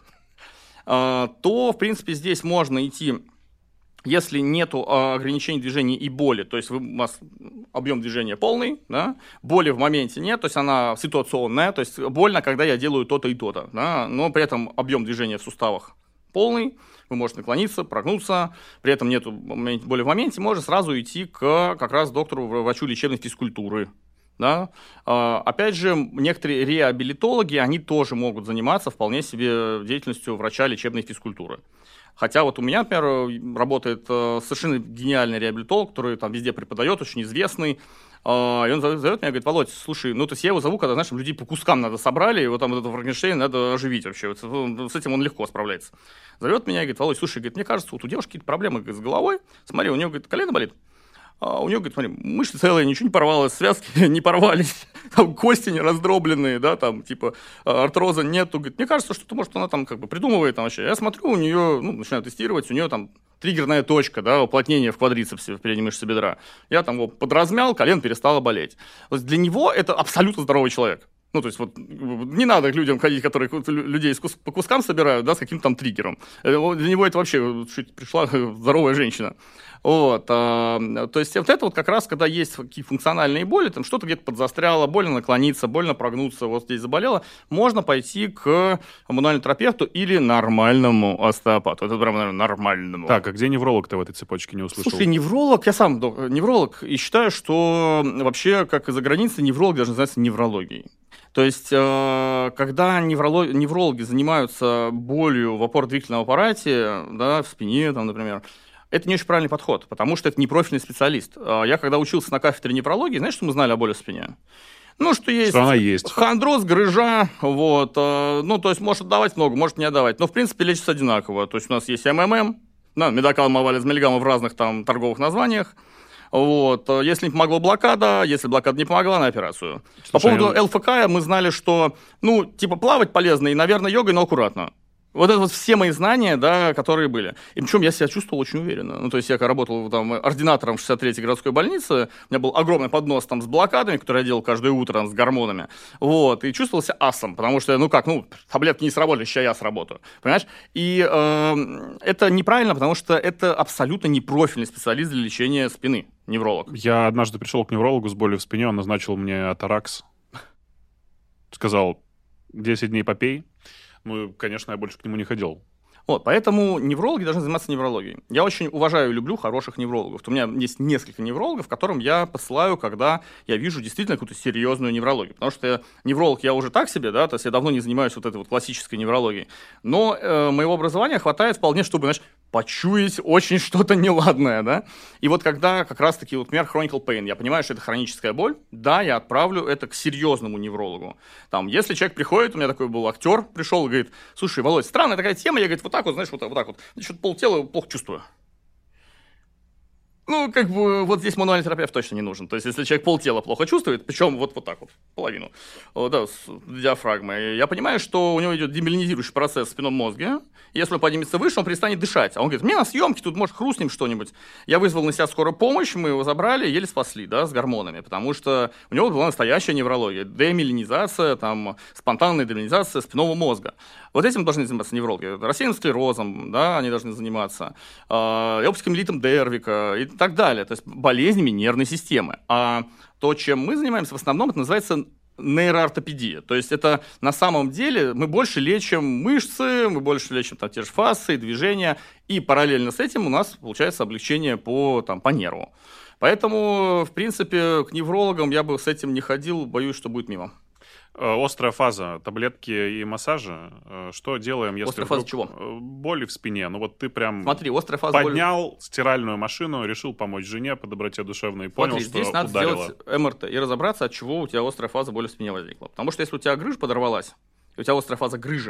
то, в принципе, здесь можно идти. Если нет ограничений движения и боли, то есть у вас объем движения полный, да, боли в моменте нет, то есть она ситуационная, то есть больно, когда я делаю то-то и то-то, да, но при этом объем движения в суставах полный, вы можете наклониться, прогнуться, при этом нет боли в моменте, можно сразу идти к как раз доктору, врачу лечебной физкультуры. Да? Опять же, некоторые реабилитологи, они тоже могут заниматься вполне себе деятельностью врача лечебной физкультуры. Хотя вот у меня, например, работает совершенно гениальный реабилитолог, который там везде преподает, очень известный. И он зовет меня, говорит: Володь, слушай, ну то есть я его зову, когда, знаешь, людей по кускам надо собрали, его там этот Франкенштейн надо оживить вообще. Вот, с этим он легко справляется. Зовет меня и говорит: Володь, слушай, говорит, мне кажется, вот у девушки какие-то проблемы с головой. Смотри, у нее, говорит, колено болит. А у нее, говорит, смотри, мышцы целые, ничего не порвалось, связки не порвались, там, кости не раздробленные, да, там, типа, артроза нету. Говорит, мне кажется, что, может, она там как бы придумывает там вообще. Я смотрю, у нее, начинаю тестировать, у нее там триггерная точка, да, уплотнение в квадрицепсе, в передней мышце бедра. Я там его подразмял, колено перестало болеть. То есть для него это абсолютно здоровый человек. Ну, то есть, вот не надо к людям ходить, которые людей по кускам собирают, да, с каким-то там триггером. Для него это вообще пришла здоровая женщина. Вот, то есть вот это вот как раз, когда есть какие функциональные боли, там что-то где-то подзастряло, больно наклониться, больно прогнуться, вот здесь заболело, можно пойти к мануальному терапевту или нормальному остеопату. Это прям, наверное, нормальному. Так, а где невролог-то в этой цепочке не услышал? Слушай, невролог, я сам невролог, и считаю, что вообще, как и за границей, невролог должен заниматься неврологией. То есть, когда неврологи занимаются болью в опорно-двигательном аппарате, да, в спине, там, например, это не очень правильный подход, потому что это не профильный специалист. Я когда учился на кафедре неврологии, знаешь, что мы знали о боли в спине? Ну, что есть, что она есть. Хондроз, грыжа, вот, ну, то есть, может отдавать много, может не отдавать, но, в принципе, лечится одинаково. То есть, у нас есть МММ, да, медокал, мавализ, миллиграммов в разных там торговых названиях. Вот. Если не помогла блокада, если блокада не помогла, на операцию. Слушай, по поводу ЛФК мы знали, что, ну, типа, плавать полезно и, наверное, йогой, но аккуратно. Вот это вот все мои знания, да, которые были. И причем я себя чувствовал очень уверенно. Ну, то есть я когда работал там ординатором в 63-й городской больнице, у меня был огромный поднос там с блокадами, который я делал каждое утро с гормонами. Вот, и чувствовал себя асом, потому что, ну как, ну, таблетки не сработали, сейчас я сработаю. Понимаешь? И это неправильно, потому что это абсолютно не профильный специалист для лечения спины, невролог. Я однажды пришел к неврологу с болью в спине, он назначил мне атаракс. Сказал, 10 дней попей. Ну, конечно, я больше к нему не ходил. Вот, поэтому неврологи должны заниматься неврологией. Я очень уважаю и люблю хороших неврологов. У меня есть несколько неврологов, которым я посылаю, когда я вижу действительно какую-то серьезную неврологию. Потому что невролог я уже так себе, да, то есть я давно не занимаюсь вот этой вот классической неврологией. Но моего образования хватает вполне, чтобы, знаешь, почуять очень что-то неладное, да. И вот когда как раз-таки, вот, например, chronic pain, я понимаю, что это хроническая боль, да, я отправлю это к серьезному неврологу. Там, если человек приходит, у меня такой был актер, пришел и говорит, слушай, Володь, странная такая тема, я, говорит, вот так вот, знаешь, вот так вот, что-то полтела плохо чувствую. Ну, как бы, вот здесь мануальный терапевт точно не нужен. То есть, если человек полтела плохо чувствует, причем вот так вот, половину, да, с диафрагмой, я понимаю, что у него идет демиелинизирующий процесс в спинном мозге. Если он поднимется выше, он перестанет дышать. А он говорит, мне на съемке тут, может, хрустнем что-нибудь. Я вызвал на себя скорую помощь, мы его забрали, еле спасли, да, с гормонами, потому что у него была настоящая неврология. Демиелинизация, там, спонтанная демиелинизация спинного мозга. Вот этим должны заниматься неврологи. Рассеянным склерозом, да, они должны заниматься, оптическим миелитом Дервика и так далее. То есть болезнями нервной системы. А то, чем мы занимаемся в основном, это называется нейроортопедия. То есть это на самом деле мы больше лечим мышцы, мы больше лечим там, те же фасции, движения, и параллельно с этим у нас получается облегчение по нерву. Поэтому, в принципе, к неврологам я бы с этим не ходил, боюсь, что будет мимо. Острая фаза, таблетки и массажи. Что делаем, если острая фаза чего? Боли в спине? Ну вот ты прям Смотри, острая фаза поднял боли... стиральную машину, решил помочь жене по доброте душевной и понял, смотри, что здесь надо ударило. сделать МРТ и разобраться, от чего у тебя острая фаза боли в спине возникла. Потому что если у тебя грыжа подорвалась, и у тебя острая фаза грыжи,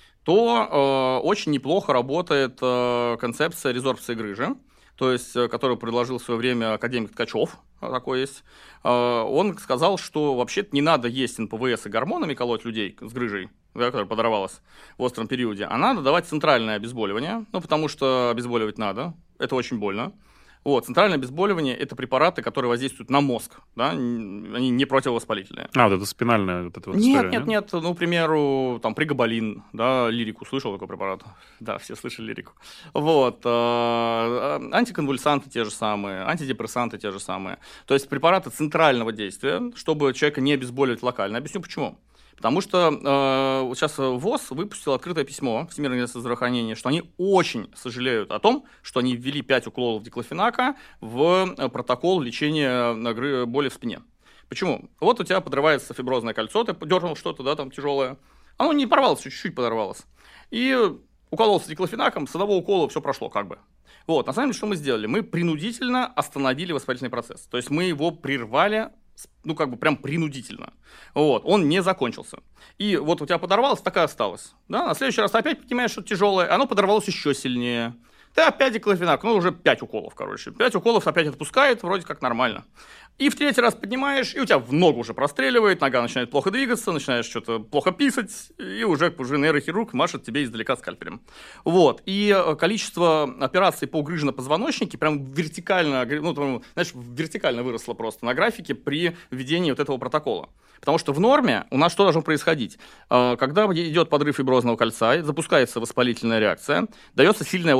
то очень неплохо работает концепция резорбции грыжи, то есть, которую предложил в свое время академик Ткачев, такой есть. Он сказал, что вообще-то не надо есть НПВС и гормонами колоть людей с грыжей, да, которая подорвалась в остром периоде, а надо давать центральное обезболивание, ну, потому что обезболивать надо, это очень больно. Вот, центральное обезболивание – это препараты, которые воздействуют на мозг, да, они не противовоспалительные. Вот это спинальная вот эта вот история, Нет, ну, к примеру, там, пригабалин, да, лирику, слышал такой препарат? Да, все слышали лирику. Вот, антиконвульсанты те же самые, антидепрессанты те же самые. То есть препараты центрального действия, чтобы человека не обезболивать локально. Объясню почему. Потому что сейчас ВОЗ выпустил открытое письмо Всемирной организации здравоохранения, что они очень сожалеют о том, что они ввели 5 уколов диклофенака в протокол лечения боли в спине. Почему? Вот у тебя подрывается фиброзное кольцо, ты дернул что-то, да, там тяжелое. Оно не порвалось, чуть-чуть подорвалось. И укололся диклофенаком, с одного укола все прошло как бы. Вот, на самом деле, что мы сделали? Мы принудительно остановили воспалительный процесс. То есть мы его прервали, ну, как бы прям принудительно. Вот, он не закончился. И вот у тебя подорвалось, так и осталось. Да? На следующий раз ты опять понимаешь, что тяжелое, оно подорвалось еще сильнее. Ты опять диклофенак, ну, уже 5 уколов, короче. 5 уколов опять отпускает, вроде как нормально. И в третий раз поднимаешь, и у тебя в ногу уже простреливает, нога начинает плохо двигаться, начинаешь что-то плохо писать, и уже нейрохирург машет тебе издалека скальпелем. Вот. И количество операций по грыже на позвоночнике прям вертикально, ну, знаешь, вертикально выросло просто на графике при введении вот этого протокола. Потому что в норме у нас что должно происходить? Когда идет подрыв фиброзного кольца, запускается воспалительная реакция, дается сильная острая боль.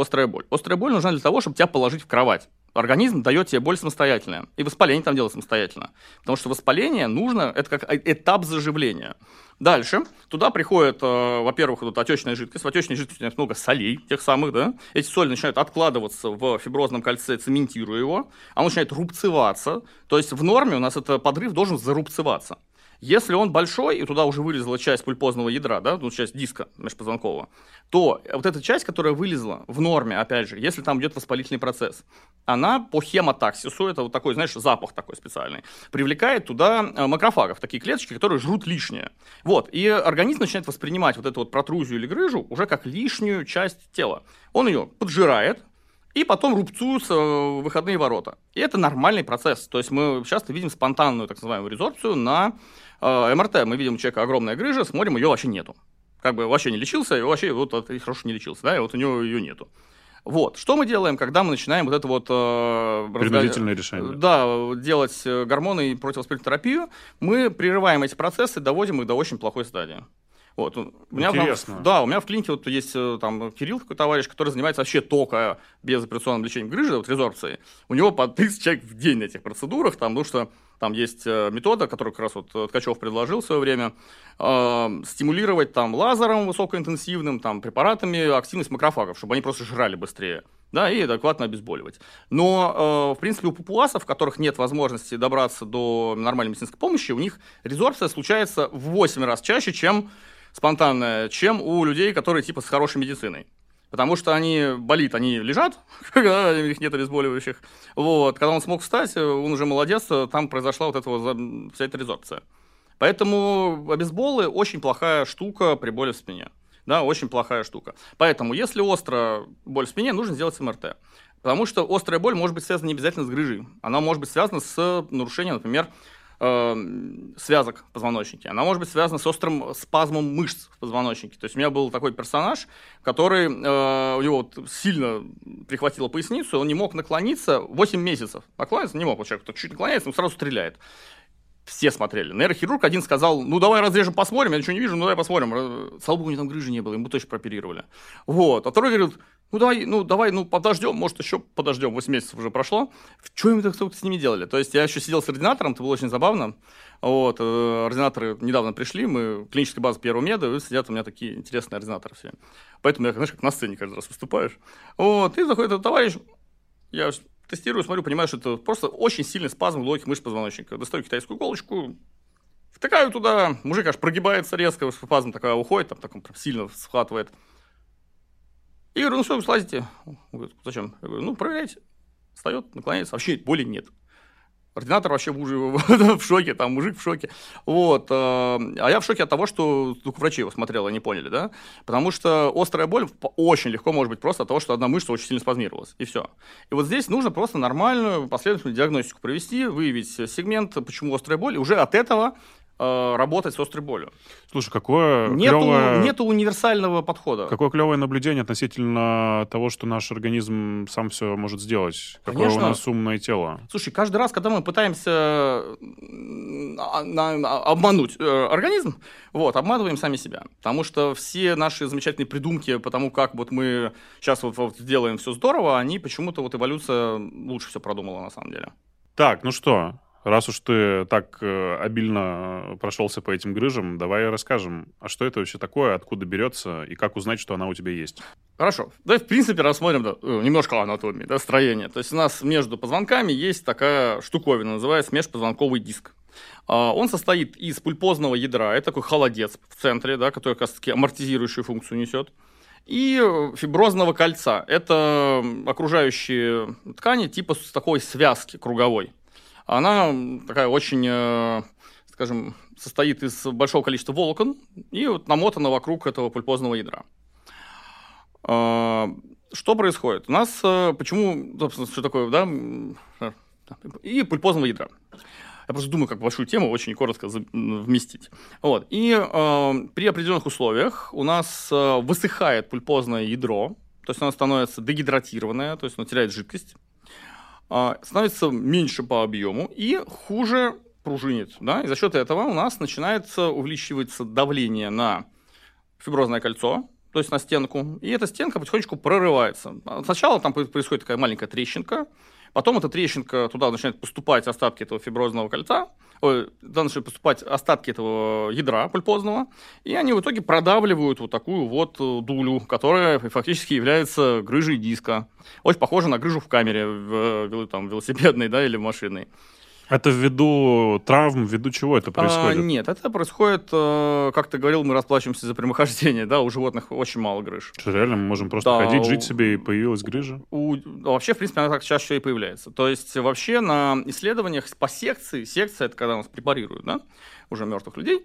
Острая боль нужна для того, чтобы тебя положить в кровать. Организм дает тебе боль самостоятельно. И воспаление там делать самостоятельно. Потому что воспаление нужно, это как этап заживления. Дальше туда приходит, во-первых, вот отечная жидкость. В отечной жидкости много солей, тех самых, да. Эти соли начинают откладываться в фиброзном кольце, цементируя его. Оно начинает рубцеваться. То есть в норме у нас этот подрыв должен зарубцеваться. Если он большой, и туда уже вылезла часть пульпозного ядра, да, ну, часть диска межпозвонкового, то вот эта часть, которая вылезла в норме, опять же, если там идет воспалительный процесс, она по хемотаксису, это вот такой, знаешь, запах такой специальный, привлекает туда макрофагов, такие клеточки, которые жрут лишнее. Вот, и организм начинает воспринимать вот эту вот протрузию или грыжу уже как лишнюю часть тела. Он ее поджирает, и потом рубцуются выходные ворота. И это нормальный процесс. То есть мы часто видим спонтанную, так называемую, резорбцию на МРТ. Мы видим у человека огромная грыжа, смотрим, ее вообще нету. Как бы вообще не лечился, и вообще вот хорошо не лечился, да, и вот у него ее нету. Вот. Что мы делаем, когда мы начинаем вот это вот... принудительное решение. Да, делать гормоны и противовоспалительную терапию, мы прерываем эти процессы, доводим их до очень плохой стадии. Вот. Интересно. У меня в клинике вот есть там Кирилл, такой товарищ, который занимается вообще только безоперационным лечением грыжи, вот резорбции. У него по 30 человек в день на этих процедурах, там, потому что там есть метода, которую как раз вот Ткачев предложил в свое время, стимулировать там лазером высокоинтенсивным, там, препаратами активность макрофагов, чтобы они просто жрали быстрее, да, и адекватно обезболивать. Но, в принципе, у папуасов, у которых нет возможности добраться до нормальной медицинской помощи, у них резорбция случается в 8 раз чаще, чем спонтанная, чем у людей, которые типа с хорошей медициной. Потому что они болит, они лежат, когда у них нет обезболивающих. Вот. Когда он смог встать, он уже молодец, там произошла вот эта вот вся эта резорбция. Поэтому обезболы очень плохая штука при боли в спине. Да, очень плохая штука. Поэтому, если острая боль в спине, нужно сделать МРТ. Потому что острая боль может быть связана не обязательно с грыжей. Она может быть связана с нарушением, например, связок в позвоночнике. Она может быть связана с острым спазмом мышц в позвоночнике. То есть у меня был такой персонаж, который, у него вот сильно прихватило поясницу, он не мог наклониться 8 месяцев. Наклониться не мог, вот человек чуть наклоняется, он сразу стреляет. Все смотрели. Нейрохирург один сказал, ну давай разрежем, посмотрим, я ничего не вижу, ну давай посмотрим. Слава богу, у него там грыжи не было, ему точно прооперировали. Вот. А второй говорит, ну давай, подождем, может еще подождем, 8 месяцев уже прошло. Что им так с ними делали? То есть я еще сидел с ординатором, это было очень забавно. Вот. Ординаторы недавно пришли, мы клиническая база первого меда, и сидят у меня такие интересные ординаторы все. Поэтому я, знаешь, как на сцене каждый раз выступаешь. Вот. И заходит этот товарищ, я тестирую, смотрю, понимаю, что это просто очень сильный спазм глубоких мышц позвоночника. Достаю китайскую иголочку, втыкаю туда, мужик аж прогибается резко, спазм такая уходит, там так он прям сильно схватывает. И говорю, ну что, вы слазите? Он говорит, зачем? Я говорю, проверяйте. Встает, наклоняется, вообще боли нет. Ординатор вообще в шоке, там мужик в шоке. Вот. А я в шоке от того, что только врачи его смотрели, они поняли, да? Потому что острая боль очень легко может быть просто от того, что одна мышца очень сильно спазмировалась, и все. И вот здесь нужно просто нормальную последовательную диагностику провести, выявить сегмент, почему острая боль, и уже от этого работать с острой болью. Слушай, какое нету универсального подхода. Какое клевое наблюдение относительно того, что наш организм сам все может сделать. Какое Конечно. У нас умное тело. Слушай, каждый раз, когда мы пытаемся обмануть организм, обманываем сами себя. Потому что все наши замечательные придумки по тому, как вот мы сейчас вот сделаем все здорово, они почему-то эволюция лучше все продумала на самом деле. Так, ну что... Раз уж ты так обильно прошелся по этим грыжам, давай расскажем, а что это вообще такое, откуда берется и как узнать, что она у тебя есть. Хорошо. Давай, в принципе, рассмотрим немножко анатомии, строения. То есть у нас между позвонками есть такая штуковина, называется межпозвонковый диск. Он состоит из пульпозного ядра, это такой холодец в центре, да, который как раз-таки амортизирующую функцию несет. И фиброзного кольца. Это окружающие ткани типа такой связки круговой. Она такая очень, скажем, состоит из большого количества волокон и намотана вокруг этого пульпозного ядра. Что происходит? У нас почему, собственно, что такое, да, и пульпозного ядра. Я просто думаю, как большую тему очень коротко вместить. Вот. И при определенных условиях у нас высыхает пульпозное ядро, то есть оно становится дегидратированное, то есть оно теряет жидкость. Становится меньше по объему и хуже пружинит. Да? И за счет этого у нас начинается увеличиваться давление на фиброзное кольцо, то есть на стенку, и эта стенка потихонечку прорывается. Сначала там происходит такая маленькая трещинка, потом эта трещинка, туда начинают поступать остатки этого фиброзного кольца, туда начинают поступать остатки этого ядра пульпозного, и они в итоге продавливают вот такую вот дулю, которая фактически является грыжей диска. Очень похоже на грыжу в камере, там, велосипедной, да, или машинной. Это ввиду травм, ввиду чего это происходит? Нет, это происходит, как ты говорил, мы расплачиваемся за прямохождение, да, у животных очень мало грыж. Что, реально мы можем просто ходить, жить себе, и появилась грыжа? Вообще, в принципе, она так чаще и появляется. То есть, вообще, на исследованиях по секции, секция — это когда нас препарируют, да, уже мертвых людей,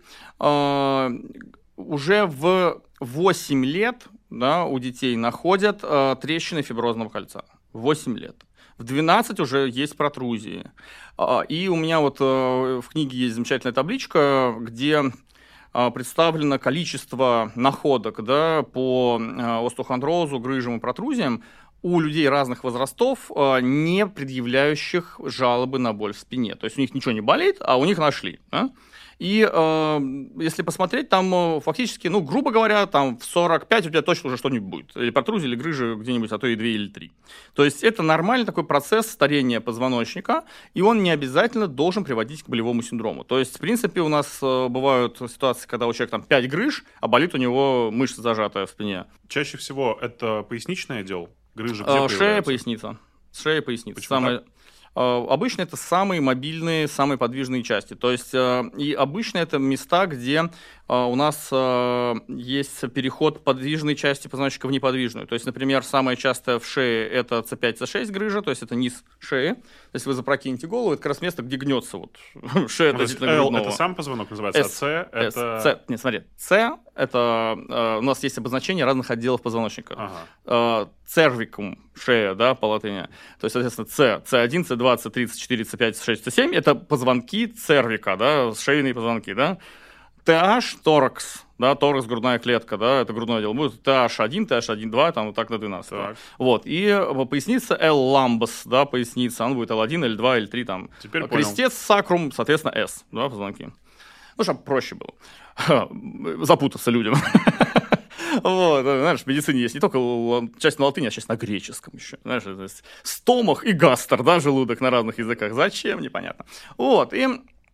уже в 8 лет, да, у детей находят трещины фиброзного кольца. 8 лет. В 12 уже есть протрузии. И у меня вот в книге есть замечательная табличка, где представлено количество находок, да, по остеохондрозу, грыжам и протрузиям у людей разных возрастов, не предъявляющих жалобы на боль в спине. То есть у них ничего не болит, а у них нашли. Да? И если посмотреть, там фактически, ну, грубо говоря, там в 45 у тебя точно уже что-нибудь будет. Или протрузия, или грыжа где-нибудь, а то и 2 или 3. То есть это нормальный такой процесс старения позвоночника, и он не обязательно должен приводить к болевому синдрому. То есть, в принципе, у нас бывают ситуации, когда у человека там 5 грыж, а болит у него мышца зажатая в спине. Чаще всего это поясничный отдел? Грыжа где шея, поясница. Шея, поясница. Почему так? Обычно это самые мобильные, самые подвижные части. То есть, и обычно это места, где у нас есть переход подвижной части позвоночника в неподвижную. То есть, например, самое частое в шее это C5, C6 грыжа, то есть это низ шеи. Если вы запрокинете голову, это как раз место, где гнется вот шея относительно грудного. Это сам позвонок называется, а C это... C, нет, смотри, C это... у нас есть обозначение разных отделов позвоночника. Цервикум, шея, да, по латыни. То есть, соответственно, C1, C2, C3, C4, C5, C6, C7 это позвонки цервика, да, шейные позвонки, да. TH, торакс, да, торакс, грудная клетка, да, это грудное отдел будет. TH1, TH1-2, там вот так до 12. Так. Вот, и поясница L-ламбус, да, поясница, он будет L1, L2, L3, там. Теперь крестец, сакрум, соответственно, S, да, позвонки. Ну, чтобы проще было. Запутаться людям. Вот, знаешь, в медицине есть не только часть на латыни, а часть на греческом еще. Знаешь, то есть стомах и гастр, да, желудок на разных языках. Зачем, непонятно. Вот, и...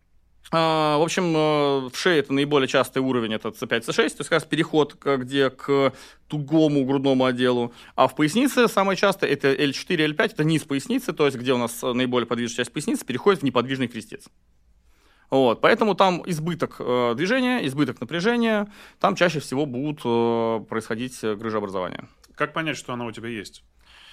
В общем, в шее это наиболее частый уровень, это C5, C6, то есть как раз переход где к тугому грудному отделу. А в пояснице самое частое это L4, L5, это низ поясницы, то есть где у нас наиболее подвижная часть поясницы переходит в неподвижный крестец. Вот, поэтому там избыток движения, избыток напряжения, там чаще всего будут происходить грыжеобразования. Как понять, что она у тебя есть?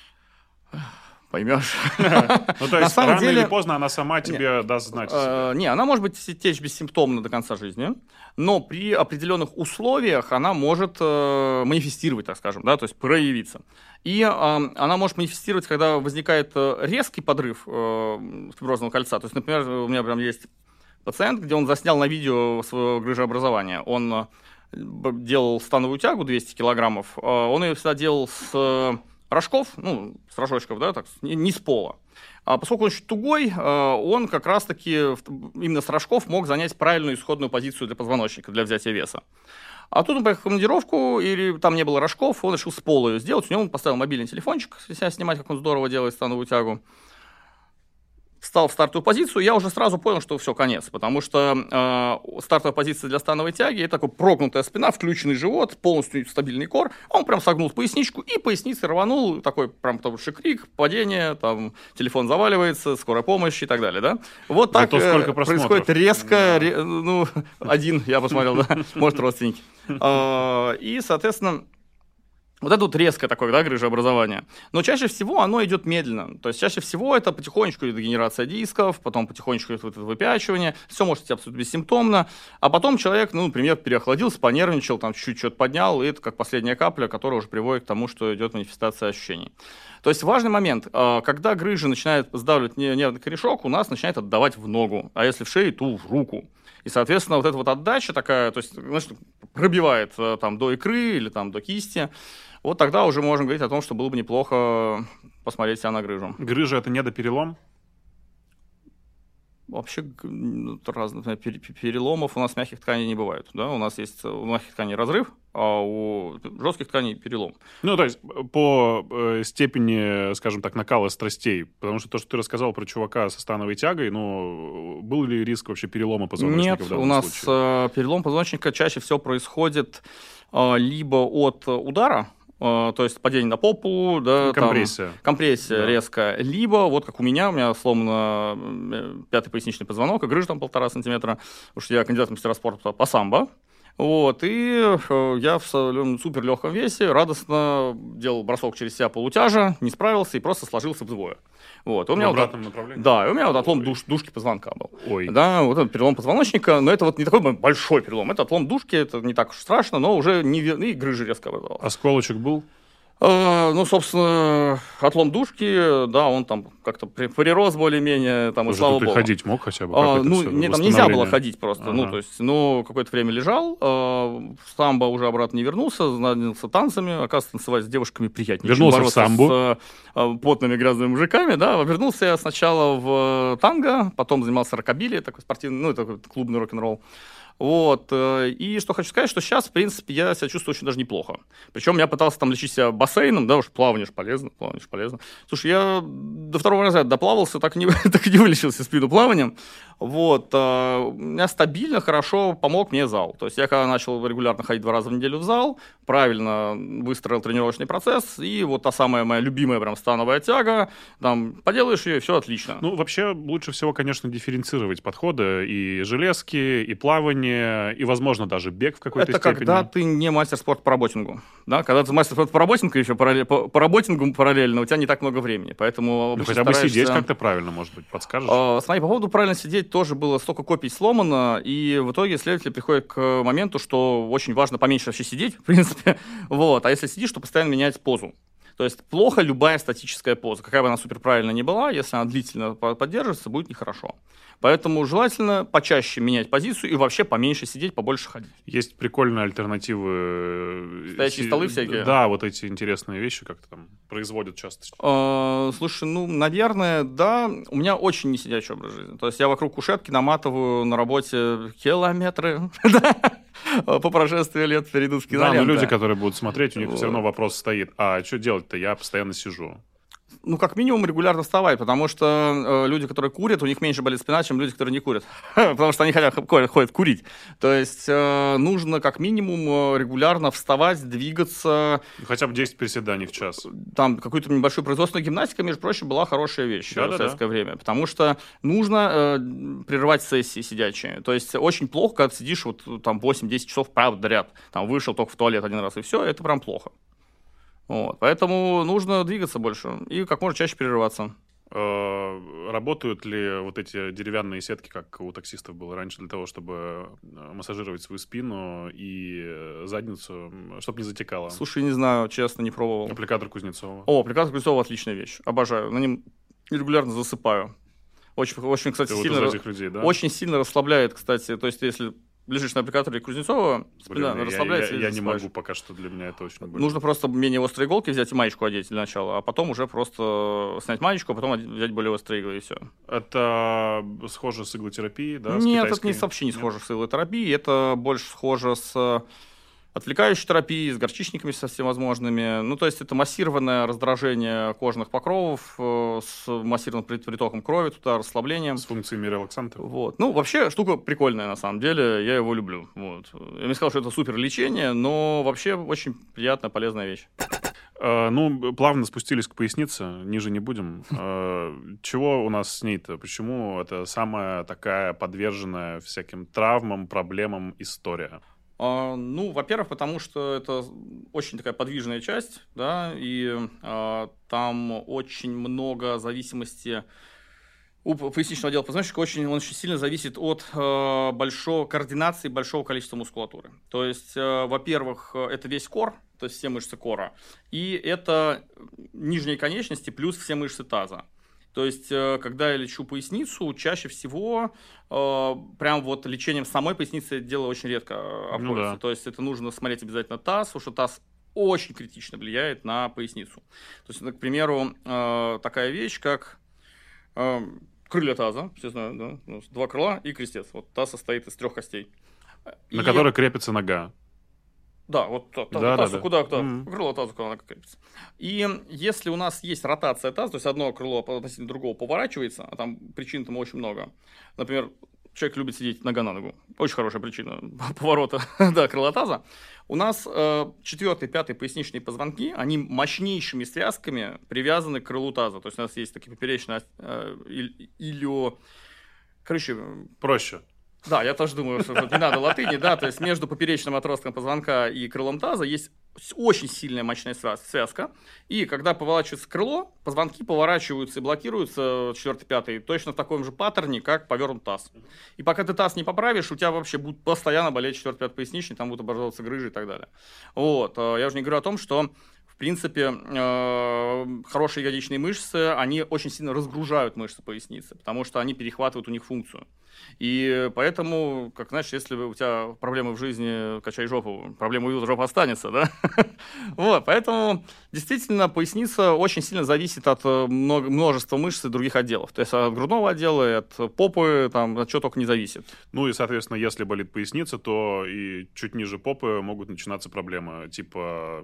Поймешь. Ну, то есть, рано или поздно она сама тебе даст знать. Не, она может быть течь бессимптомно до конца жизни, но при определенных условиях она может манифестировать, так скажем, да, то есть проявиться. И она может манифестировать, когда возникает резкий подрыв фиброзного кольца. То есть, например, у меня прям есть пациент, где он заснял на видео свое грыжеобразование. Он делал становую тягу 200 килограммов, он ее всегда делал с... рожков, ну, с рожочков, да, так, не с пола. А поскольку он очень тугой, он как раз-таки именно с рожков мог занять правильную исходную позицию для позвоночника, для взятия веса. А тут он поехал в командировку, или там не было рожков, он решил с пола ее сделать. У него он поставил мобильный телефончик, себя снимать, как он здорово делает становую тягу. Встал в стартовую позицию, я уже сразу понял, что все, конец, потому что стартовая позиция для становой тяги — это такая прогнутая спина, включенный живот, полностью стабильный кор, он прям согнул поясничку и поясницей рванул, такой прям там крик, падение, там телефон заваливается, скорая помощь и так далее, да? Вот так происходит резко, ну, один я посмотрел, да, может, родственники. И, соответственно, вот это вот резкое такое, да, грыжеобразование. Но чаще всего оно идет медленно. То есть чаще всего это потихонечку идет дегенерация дисков, потом потихонечку идет вот это выпячивание. Все может быть абсолютно бессимптомно. А потом человек, ну, например, переохладился, понервничал, там чуть-чуть что-то поднял, и это как последняя капля, которая уже приводит к тому, что идет манифестация ощущений. То есть важный момент. Когда грыжа начинает сдавливать нервный корешок, у нас начинает отдавать в ногу. А если в шею, то в руку. И, соответственно, вот эта вот отдача такая, то есть, знаешь, пробивает там до икры или там до кисти. Вот тогда уже можем говорить о том, что было бы неплохо посмотреть себя на грыжу. Грыжа — это недоперелом? Вообще разных переломов у нас мягких тканей не бывает. Да? У нас есть у мягких тканей разрыв, а у жестких тканей перелом. Ну, то есть по степени, скажем так, накала страстей, потому что то, что ты рассказал про чувака со становой тягой, ну, был ли риск вообще перелома позвоночника в данном случае? Нет, у нас перелом позвоночника чаще всего происходит либо от удара, то есть падение на попу, да, компрессия резкая, либо вот как у меня сломан пятый поясничный позвонок, и грыжа там 1,5 сантиметра, потому что я кандидат в мастера спорта по самбо. Вот, и я в супер легком весе радостно делал бросок через себя полутяжа, не справился и просто сложился вдвое. Вот. У меня в обратном направлении? Да, и у меня вот отлом дужки позвонка был. Ой. Да, вот этот перелом позвоночника, но это вот не такой большой перелом, это отлом дужки, это не так уж страшно, но уже и грыжа резко образовалась. Осколочек был? Ну, собственно, отлом дужки, да, он там как-то прирос более-менее, там, и слава богу. Ты ходить мог хотя бы? Мне там нельзя было ходить просто, ну, то есть, какое-то время лежал, в самбо уже обратно не вернулся, занялся танцами, оказывается, танцевать с девушками приятнее. Вернулся в самбо? С потными грязными мужиками, да, вернулся я сначала в танго, потом занимался рокобили, такой спортивный, такой клубный рок-н-ролл. Вот, и что хочу сказать, что сейчас, в принципе, я себя чувствую очень даже неплохо. Причем я пытался там лечить себя бассейном, да, уж плавание ж полезно. Слушай, я до 2-го раза доплавался, так и не вылечился спину плаванием. Вот, у меня стабильно, хорошо помог мне зал. То есть я когда начал регулярно ходить 2 раза в неделю в зал, правильно выстроил тренировочный процесс, и вот та самая моя любимая прям становая тяга, там, поделаешь ее, и все отлично. Ну, вообще, лучше всего, конечно, дифференцировать подходы, и железки, и плавание, и, возможно, даже бег в какой-то степени. Это когда ты не мастер спорта по работингу. Да? Когда ты мастер спорта по работингу, еще по работингу параллельно, у тебя не так много времени, поэтому... Ну, хотя бы сидеть как-то правильно, может быть, подскажешь? Смотри, по поводу правильно сидеть тоже было столько копий сломано, и в итоге исследователи приходят к моменту, что очень важно поменьше вообще сидеть, в принципе, вот, а если сидишь, то постоянно менять позу. То есть плохо любая статическая поза, какая бы она суперправильно ни была, если она длительно поддерживается, будет нехорошо. Поэтому желательно почаще менять позицию и вообще поменьше сидеть, побольше ходить. Есть прикольные альтернативы. Стоячие столы всякие? Да, вот эти интересные вещи как-то там производят часто. Слушай, наверное, да. У меня очень несидячий образ жизни. То есть я вокруг кушетки наматываю на работе километры. По прошествии лет перейдут в киноленты. Да, но люди, которые будут смотреть, у них все равно вопрос стоит. А что делать-то? Я постоянно сижу. Как минимум регулярно вставать, потому что люди, которые курят, у них меньше болит спина, чем люди, которые не курят. Потому что они ходят курить. То есть нужно как минимум регулярно вставать, двигаться. Хотя бы 10 приседаний в час. Там какую-то небольшую производственную гимнастику, между прочим, была хорошая вещь в советское время. Потому что нужно прерывать сессии сидячие. То есть очень плохо, когда ты сидишь там 8-10 часов подряд. Там вышел только в туалет 1 раз, и все, это прям плохо. Вот, поэтому нужно двигаться больше и как можно чаще перерываться. Работают ли вот эти деревянные сетки, как у таксистов было раньше, для того, чтобы массажировать свою спину и задницу, чтобы не затекало? Слушай, не знаю, честно, не пробовал. Аппликатор Кузнецова. Аппликатор Кузнецова отличная вещь. Обожаю. На нем регулярно засыпаю. Очень, кстати, очень сильно расслабляет, кстати. То есть, если лежишь на аппликаторе Кузнецова, спина расслабляется. Я не могу пока что, для меня это очень больно. Нужно просто менее острые иголки взять и маечку одеть для начала, а потом уже просто снять маечку, а потом взять более острые иглы, и все. Это схоже с иглотерапией, да? Нет, это вообще не схоже с иглотерапией, это больше схоже с отвлекающей терапией, с горчичниками со всевозможными. То есть это массированное раздражение кожных покровов с массированным притоком крови туда, расслаблением. С функциями релаксанта. Вот. Вообще штука прикольная на самом деле, я его люблю. Вот. Я не сказал, что это супер лечение, но вообще очень приятная, полезная вещь. Плавно спустились к пояснице, ниже не будем. Чего у нас с ней-то? Почему это самая такая подверженная всяким травмам, проблемам история? Во-первых, потому что это очень такая подвижная часть, да, и там очень много зависимости. У поясничного отдела позвоночника он очень сильно зависит от координации большого количества мускулатуры. То есть, во-первых, это весь кор, то есть все мышцы кора, и это нижние конечности плюс все мышцы таза. То есть, когда я лечу поясницу, чаще всего прям лечением самой поясницы дело очень редко обходится. То есть, это нужно смотреть обязательно таз, потому что таз очень критично влияет на поясницу. То есть, к примеру, такая вещь, как крылья таза, все знают, да? У нас 2 крыла и крестец. Вот таз состоит из 3 костей. На которой крепится нога. Да, вот таз, куда крыло таза, куда она крепится. И если у нас есть ротация таза, то есть одно крыло относительно другого поворачивается, а там причин там очень много. Например, человек любит сидеть нога на ногу. Очень хорошая причина поворота крыла таза. У нас 4-й, 5-й поясничные позвонки, они мощнейшими связками привязаны к крылу таза. То есть у нас есть такие поперечные Короче... Проще. Да, я тоже думаю, что не надо латыни, да, то есть между поперечным отростком позвонка и крылом таза есть очень сильная мощная связка, и когда поворачивается крыло, позвонки поворачиваются и блокируются 4-5 точно в таком же паттерне, как повернут таз. И пока ты таз не поправишь, у тебя вообще будет постоянно болеть 4-5 поясничный, там будут образовываться грыжи и так далее. Вот, я уже не говорю о том, что в принципе, хорошие ягодичные мышцы, они очень сильно разгружают мышцы поясницы, потому что они перехватывают у них функцию. И поэтому, как знаешь, если у тебя проблемы в жизни, качай жопу, проблема увидел, жопа останется, да? Вот, поэтому действительно поясница очень сильно зависит от множества мышц и других отделов. То есть от грудного отдела, и от попы, там, от чего только не зависит. Ну и, соответственно, если болит поясница, то и чуть ниже попы могут начинаться проблемы, типа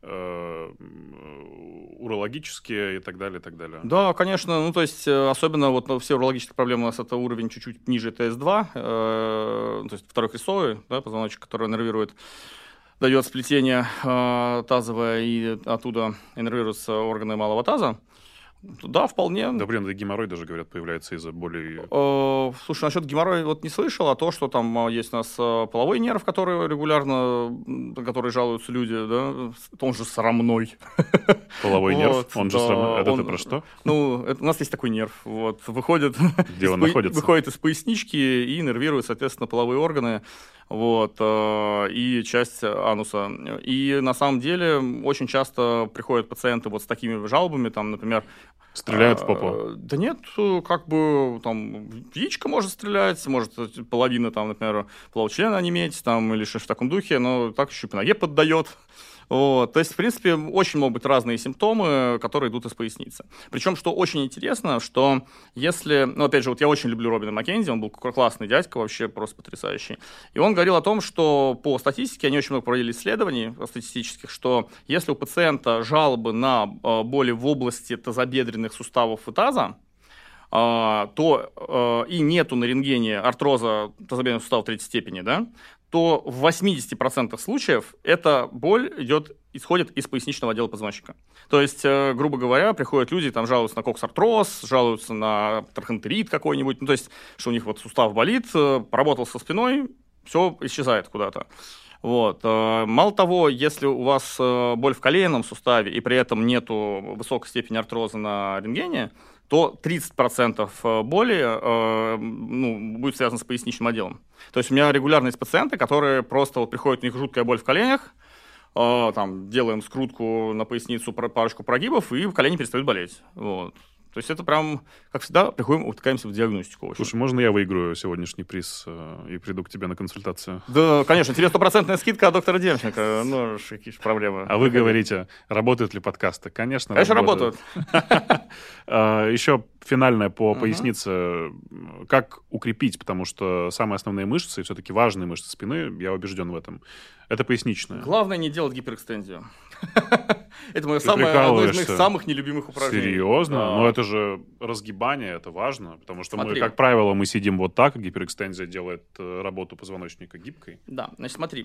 урологические и так далее, и так далее. Да, конечно, ну то есть особенно вот все урологические проблемы у нас это уровень чуть-чуть ниже ТС2, то есть второй крестцовый, да, позвоночник, который нервирует, дает сплетение тазовое, и оттуда иннервируются органы малого таза. Да, вполне. Да, блин, да геморрой даже, говорят, появляется из-за боли. Слушай, насчет геморроя вот не слышал, а то, что там есть у нас половой нерв, который регулярно, на который жалуются люди, да, он же срамной. Половой нерв? Он же срамной? Это ты про что? Ну, у нас есть такой нерв, вот, выходит из пояснички и нервирует, соответственно, половые органы, вот, и часть ануса. И на самом деле очень часто приходят пациенты вот с такими жалобами, там, например, стреляют в попу? Да нет, как бы там яичко может стрелять, может половина, там, например, полового члена онеметь, там, или что-то в таком духе, но так еще и по ноге поддает. Вот. То есть, в принципе, очень могут быть разные симптомы, которые идут из поясницы. Причем, что очень интересно, что если... Ну, опять же, вот я очень люблю Робина Маккензи, он был классный дядька, вообще просто потрясающий. И он говорил о том, что по статистике, они очень много проводили исследований статистических, что если у пациента жалобы на боли в области тазобедренных суставов и таза, то и нету на рентгене артроза тазобедренных суставов 3-й степени, да, то в 80% случаев эта боль исходит из поясничного отдела позвоночника. То есть, грубо говоря, приходят люди, там жалуются на коксартроз, жалуются на трахентерит какой-нибудь, ну, то есть, что у них вот сустав болит, поработал со спиной, все исчезает куда-то. Вот. Мало того, если у вас боль в коленном суставе и при этом нету высокой степени артроза на рентгене, то 30% боли будет связано с поясничным отделом. То есть у меня регулярно есть пациенты, которые просто вот приходят, у них жуткая боль в коленях, там, делаем скрутку на поясницу, парочку прогибов, и в колени перестают болеть. Вот. То есть это прям, как всегда, утыкаемся в диагностику. Слушай, можно я выиграю сегодняшний приз и приду к тебе на консультацию? Да, конечно. Тебе 100% скидка от доктора Демченко. Ну, какие же проблемы. А вы говорите, работают ли подкасты? Конечно, работают. Еще финальное по пояснице. Как укрепить? Потому что самые основные мышцы, и все-таки важные мышцы спины, я убежден в этом, это поясничная. Главное не делать гиперэкстензию. Это одно из моих самых нелюбимых упражнений. Серьезно? Но это же разгибание, это важно, потому что мы, как правило, мы сидим вот так, а гиперэкстензия делает работу позвоночника гибкой. Да, значит, смотри,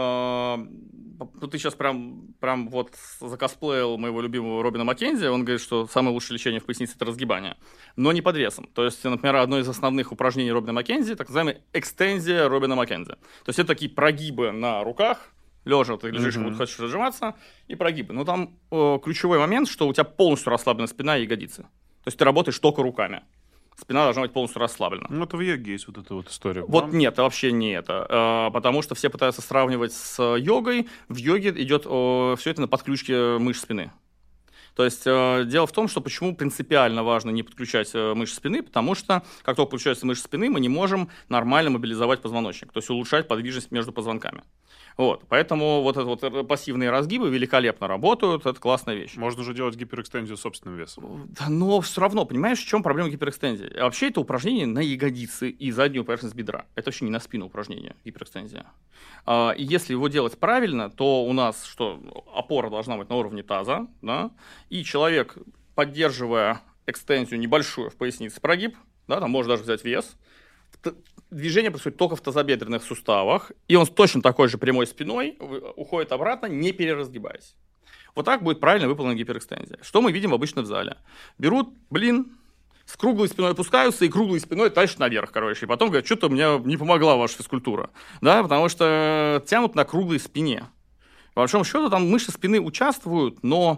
ты сейчас прям вот закосплеил моего любимого Робина Маккензи, он говорит, что самое лучшее лечение в пояснице – это разгибание, но не под весом. То есть, например, одно из основных упражнений Робина Маккензи, так называемая экстензия Робина Маккензи. То есть это такие прогибы на руках, лежа, ты лежишь, вот хочешь разжиматься, и прогибы. Но там ключевой момент, что у тебя полностью расслаблена спина и ягодицы. То есть ты работаешь только руками. Спина должна быть полностью расслаблена. Ну, это в йоге есть вот эта вот история. Вот нет, вообще не это. Потому что все пытаются сравнивать с йогой. В йоге идет все это на подключке мышц спины. То есть дело в том, что почему принципиально важно не подключать мышцы спины, потому что как только подключаются мышцы спины, мы не можем нормально мобилизовать позвоночник, то есть улучшать подвижность между позвонками. Вот, поэтому вот это вот пассивные разгибы великолепно работают, это классная вещь. Можно же делать гиперэкстензию собственным весом. Да, но все равно, понимаешь, в чем проблема гиперэкстензии? Вообще это упражнение на ягодицы и заднюю поверхность бедра. Это вообще не на спину упражнение, гиперэкстензия. И если его делать правильно, то у нас что, опора должна быть на уровне таза, да, и человек, поддерживая экстензию небольшую в пояснице, прогиб, да, там можно даже взять вес, движение происходит только в тазобедренных суставах, и он с точно такой же прямой спиной уходит обратно, не переразгибаясь. Вот так будет правильно выполнена гиперэкстензия. Что мы видим обычно в зале? Берут, с круглой спиной опускаются и круглой спиной тащат наверх, короче. И потом говорят, что-то мне не помогла ваша физкультура. Да, потому что тянут на круглой спине. По большому счету там мышцы спины участвуют, но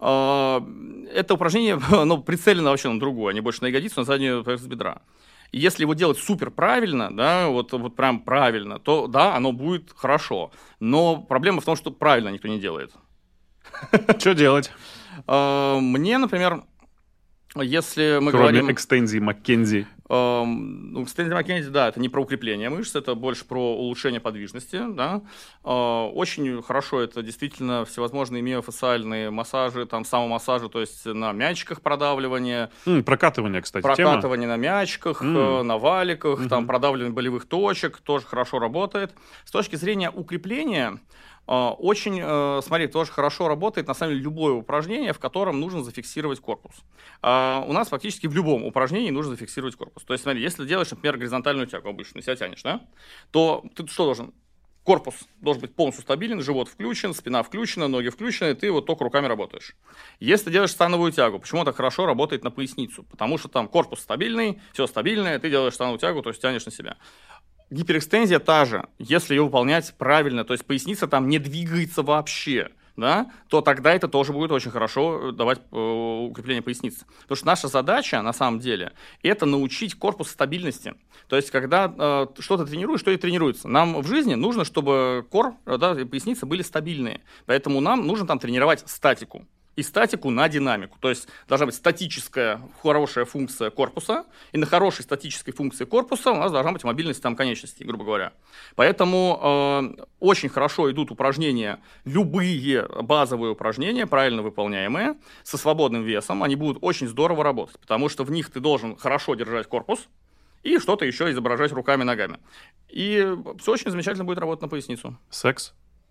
это упражнение прицелено вообще на другое, а не больше на ягодицу, на заднюю поверхность бедра. И если его делать супер правильно, да, вот прям правильно, то да, оно будет хорошо. Но проблема в том, что правильно никто не делает. Что делать? Мне, например, если мы Кроме говорим... экстензии Маккензи. Экстензия Маккензи, да, это не про укрепление мышц, это больше про улучшение подвижности, да. Очень хорошо это действительно всевозможные миофасциальные массажи, там самомассажи, то есть на мячиках продавливание. Прокатывание, кстати, Прокатывание на мячиках, на валиках, там продавливание болевых точек тоже хорошо работает. С точки зрения укрепления, очень, смотри, тоже хорошо работает, на самом деле, любое упражнение, в котором нужно зафиксировать корпус. У нас фактически в любом упражнении нужно зафиксировать корпус. То есть, смотри, если ты делаешь, например, горизонтальную тягу обычно, себя тянешь, да, то ты что должен? Корпус должен быть полностью стабилен, живот включен, спина включена, ноги включены, и ты вот только руками работаешь. Если ты делаешь становую тягу, почему так хорошо работает на поясницу? Потому что там корпус стабильный, все стабильное, ты делаешь становую тягу, то есть тянешь на себя. Гиперэкстензия та же, если ее выполнять правильно, то есть поясница там не двигается вообще, да, то тогда это тоже будет очень хорошо давать укрепление поясницы. Потому что наша задача, на самом деле, это научить корпус стабильности. То есть, когда что-то тренируешь, что и тренируется. Нам в жизни нужно, чтобы и поясница были стабильные. Поэтому нам нужно там тренировать статику. И статику на динамику. То есть должна быть статическая хорошая функция корпуса, и на хорошей статической функции корпуса у нас должна быть мобильность там конечностей, грубо говоря. Поэтому очень хорошо идут упражнения, любые базовые упражнения, правильно выполняемые, со свободным весом, они будут очень здорово работать, потому что в них ты должен хорошо держать корпус и что-то еще изображать руками, ногами. И все очень замечательно будет работать на поясницу. Секс?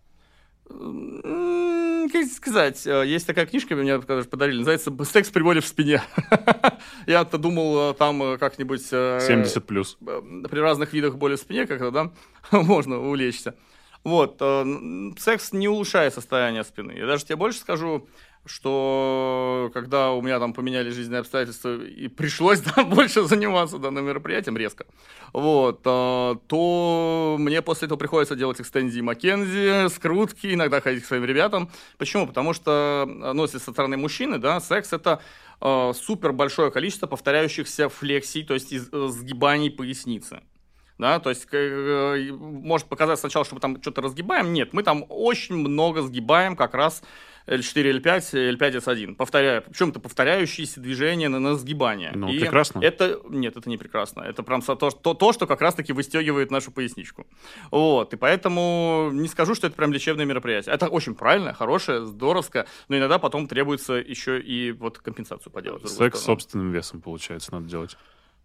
Как сказать, есть такая книжка, мне подарили, называется «Секс при боли в спине». Я-то думал, там как-нибудь... 70 плюс. При разных видах боли в спине как-то, да, можно улечься. Вот, секс не улучшает состояние спины. Я даже тебе больше скажу, что когда у меня там поменяли жизненные обстоятельства и пришлось больше заниматься данным мероприятием резко, вот, то мне после этого приходится делать экстензии Маккензи, скрутки, иногда ходить к своим ребятам. Почему? Потому что, если со стороны мужчины, да, секс — это супер большое количество повторяющихся флексий, то есть сгибаний поясницы. Да, то есть может показаться сначала, что мы там что-то разгибаем. Нет, мы там очень много сгибаем как раз L4, L5, L5, S1. Причем это повторяющиеся движения на сгибание. Ну, и прекрасно. Нет, это не прекрасно. Это прям то, что как раз-таки выстегивает нашу поясничку. Вот, и поэтому не скажу, что это прям лечебное мероприятие. Это очень правильно, хорошее, здоровское, но иногда потом требуется еще и вот компенсацию поделать. Секс с собственным весом, получается, надо делать.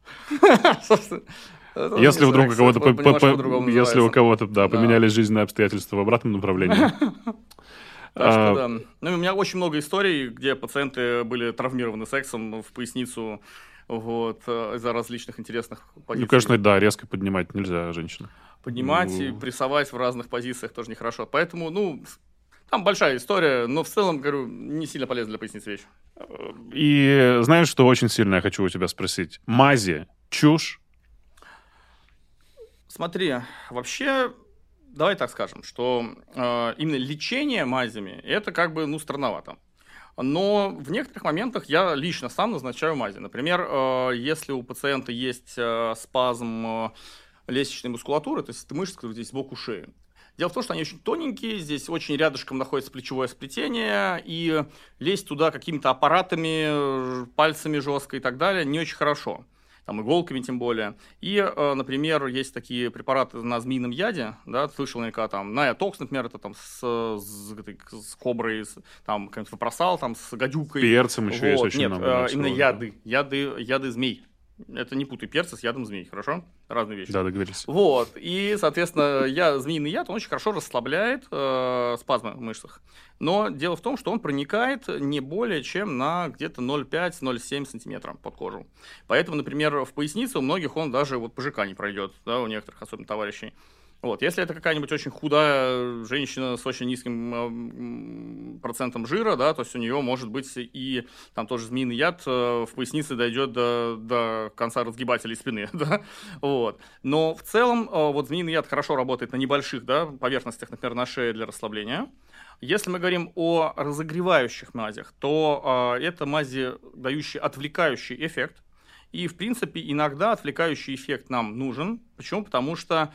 Если вдруг у кого-то поменялись жизненные обстоятельства в обратном направлении. Так что да. Ну, у меня очень много историй, где пациенты были травмированы сексом в поясницу вот, из-за различных интересных позиций. Ну, конечно, да, резко поднимать нельзя женщину. Поднимать и прессовать в разных позициях тоже нехорошо. Поэтому, там большая история, но в целом, говорю, не сильно полезна для поясницы вещь. И знаешь, что очень сильно я хочу у тебя спросить? Мази, чушь? Смотри, вообще, давай так скажем, что именно лечение мазями, это как бы, странновато. Но в некоторых моментах я лично сам назначаю мази. Например, если у пациента есть спазм лестничной мускулатуры, то есть это мышцы, которые здесь сбоку шеи, Дело в том, что они очень тоненькие, здесь очень рядышком находится плечевое сплетение, и лезть туда какими-то аппаратами, пальцами жестко и так далее не очень хорошо. Там иголками тем более. И, например, есть такие препараты на змеином яде, да, слышал наверняка, там, Наятокс, например, это там с коброй, там, какой-нибудь вопросал, там, с гадюкой. Перцем еще есть очень Нет, много. именно яды змей. Это не путай перца с ядом змей, хорошо? Разные вещи. Да, договорились. Вот, и, соответственно, змеиный яд, он очень хорошо расслабляет спазмы в мышцах. Но дело в том, что он проникает не более чем на где-то 0,5-0,7 сантиметра под кожу. Поэтому, например, в пояснице у многих он даже вот по ЖК не пройдет, да, у некоторых, особенно товарищей. Вот. Если это какая-нибудь очень худая женщина с очень низким процентом жира, да, то есть у нее может быть и там тоже змеиный яд в пояснице дойдет до конца разгибателей спины. Да? Вот. Но в целом вот змеиный яд хорошо работает на небольших, да, поверхностях, например, на шее для расслабления. Если мы говорим о разогревающих мазях, то это мази, дающие отвлекающий эффект. И, в принципе, иногда отвлекающий эффект нам нужен. Почему? Потому что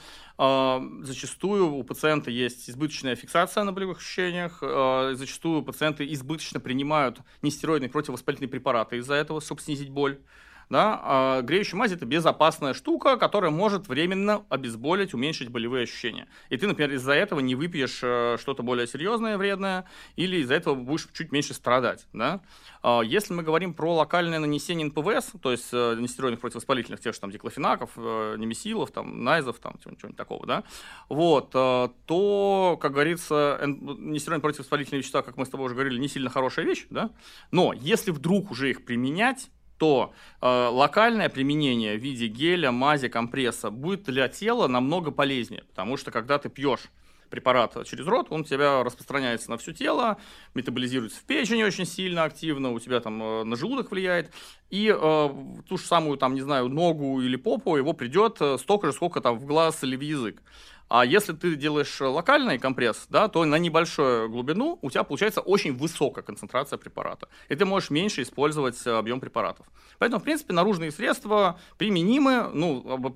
зачастую у пациента есть избыточная фиксация на болевых ощущениях, зачастую пациенты избыточно принимают нестероидные противовоспалительные препараты из-за этого, чтобы снизить боль. Да? Греющая мазь – это безопасная штука, которая может временно обезболить, уменьшить болевые ощущения. И ты, например, из-за этого не выпьешь что-то более серьезное, вредное, или из-за этого будешь чуть меньше страдать. Да? Если мы говорим про локальное нанесение НПВС, то есть нестероидных противовоспалительных, тех же там диклофенаков, немесилов, там, найзов, там, чего-нибудь такого, да? Вот, то, как говорится, нестероидные противовоспалительные вещества, как мы с тобой уже говорили, не сильно хорошая вещь, да? Но если вдруг уже их применять, то локальное применение в виде геля, мази, компресса будет для тела намного полезнее, потому что когда ты пьешь препарат через рот, он у тебя распространяется на все тело, метаболизируется в печени очень сильно активно, у тебя там на желудок влияет, и ту же самую, там, не знаю, ногу или попу его придет столько же, сколько там в глаз или в язык. А если ты делаешь локальный компресс, да, то на небольшую глубину у тебя получается очень высокая концентрация препарата. И ты можешь меньше использовать объем препаратов. Поэтому, в принципе, наружные средства применимы при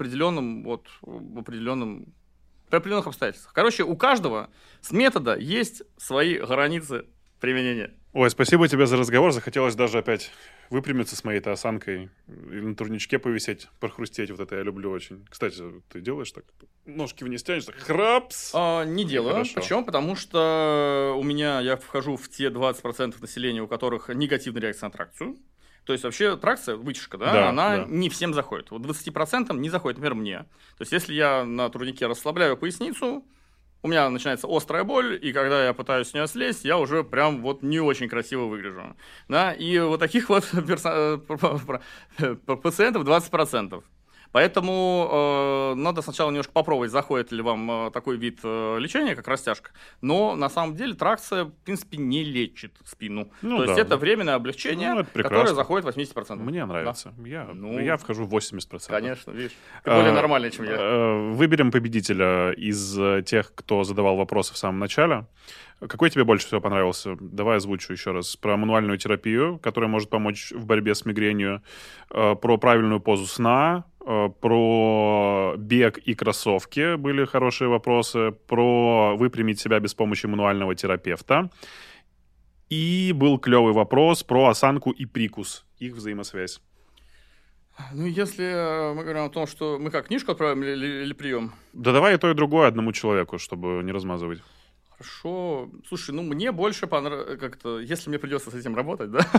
определенных обстоятельствах. Короче, у каждого с метода есть свои границы применения. Ой, спасибо тебе за разговор. Захотелось даже опять выпрямиться с моей-то осанкой или на турничке повисеть, прохрустеть. Вот это я люблю очень. Кстати, ты делаешь так? Ножки вниз тянешь, так храпс? Не делаю. Хорошо. Почему? Потому что я вхожу в те 20% населения, у которых негативная реакция на тракцию. То есть вообще тракция, вытяжка, она не всем заходит. Вот 20% не заходит, например, мне. То есть если я на турнике расслабляю поясницу, у меня начинается острая боль, и когда я пытаюсь с нее слезть, я уже прям вот не очень красиво выгляжу. Да? И вот таких вот пациентов 20%. Поэтому надо сначала немножко попробовать, заходит ли вам такой вид лечения, как растяжка. Но на самом деле тракция, в принципе, не лечит спину. То есть это временное облегчение, которое заходит 80%. Мне нравится. Да. Я вхожу в 80%. Конечно, видишь. Ты более нормальный, чем я. Выберем победителя из тех, кто задавал вопросы в самом начале. Какой тебе больше всего понравился? Давай озвучу еще раз. Про мануальную терапию, которая может помочь в борьбе с мигренью, про правильную позу сна, про бег и кроссовки были хорошие вопросы, про выпрямить себя без помощи мануального терапевта. И был клевый вопрос про осанку и прикус, их взаимосвязь. Если мы говорим о том, что мы как, книжку отправим или прием? Да давай и то, и другое одному человеку, чтобы не размазывать. Хорошо. Слушай, мне больше понравилось, как-то, если мне придется с этим работать, да,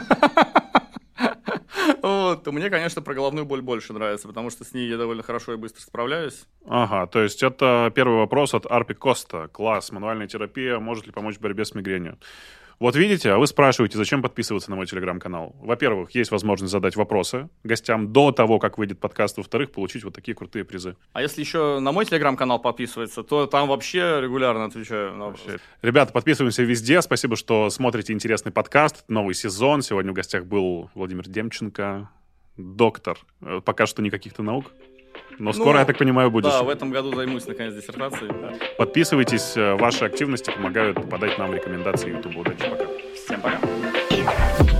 то мне, конечно, про головную боль больше нравится, потому что с ней я довольно хорошо и быстро справляюсь. Ага, то есть это первый вопрос от Арпи Коста. Класс, мануальная терапия может ли помочь в борьбе с мигренью? Вот видите, а вы спрашиваете, зачем подписываться на мой телеграм-канал. Во-первых, есть возможность задать вопросы гостям до того, как выйдет подкаст. Во-вторых, получить вот такие крутые призы. А если еще на мой телеграм-канал подписывается, то там вообще регулярно отвечаю на вопросы. Ребята, подписываемся везде. Спасибо, что смотрите интересный подкаст. Новый сезон. Сегодня в гостях был Владимир Демченко, доктор. Пока что никаких-то наук. Но скоро, я так понимаю, будешь. Да, в этом году займусь, наконец, диссертацией. Подписывайтесь, ваши активности помогают попадать нам в рекомендации YouTube. Удачи, пока. Всем пока.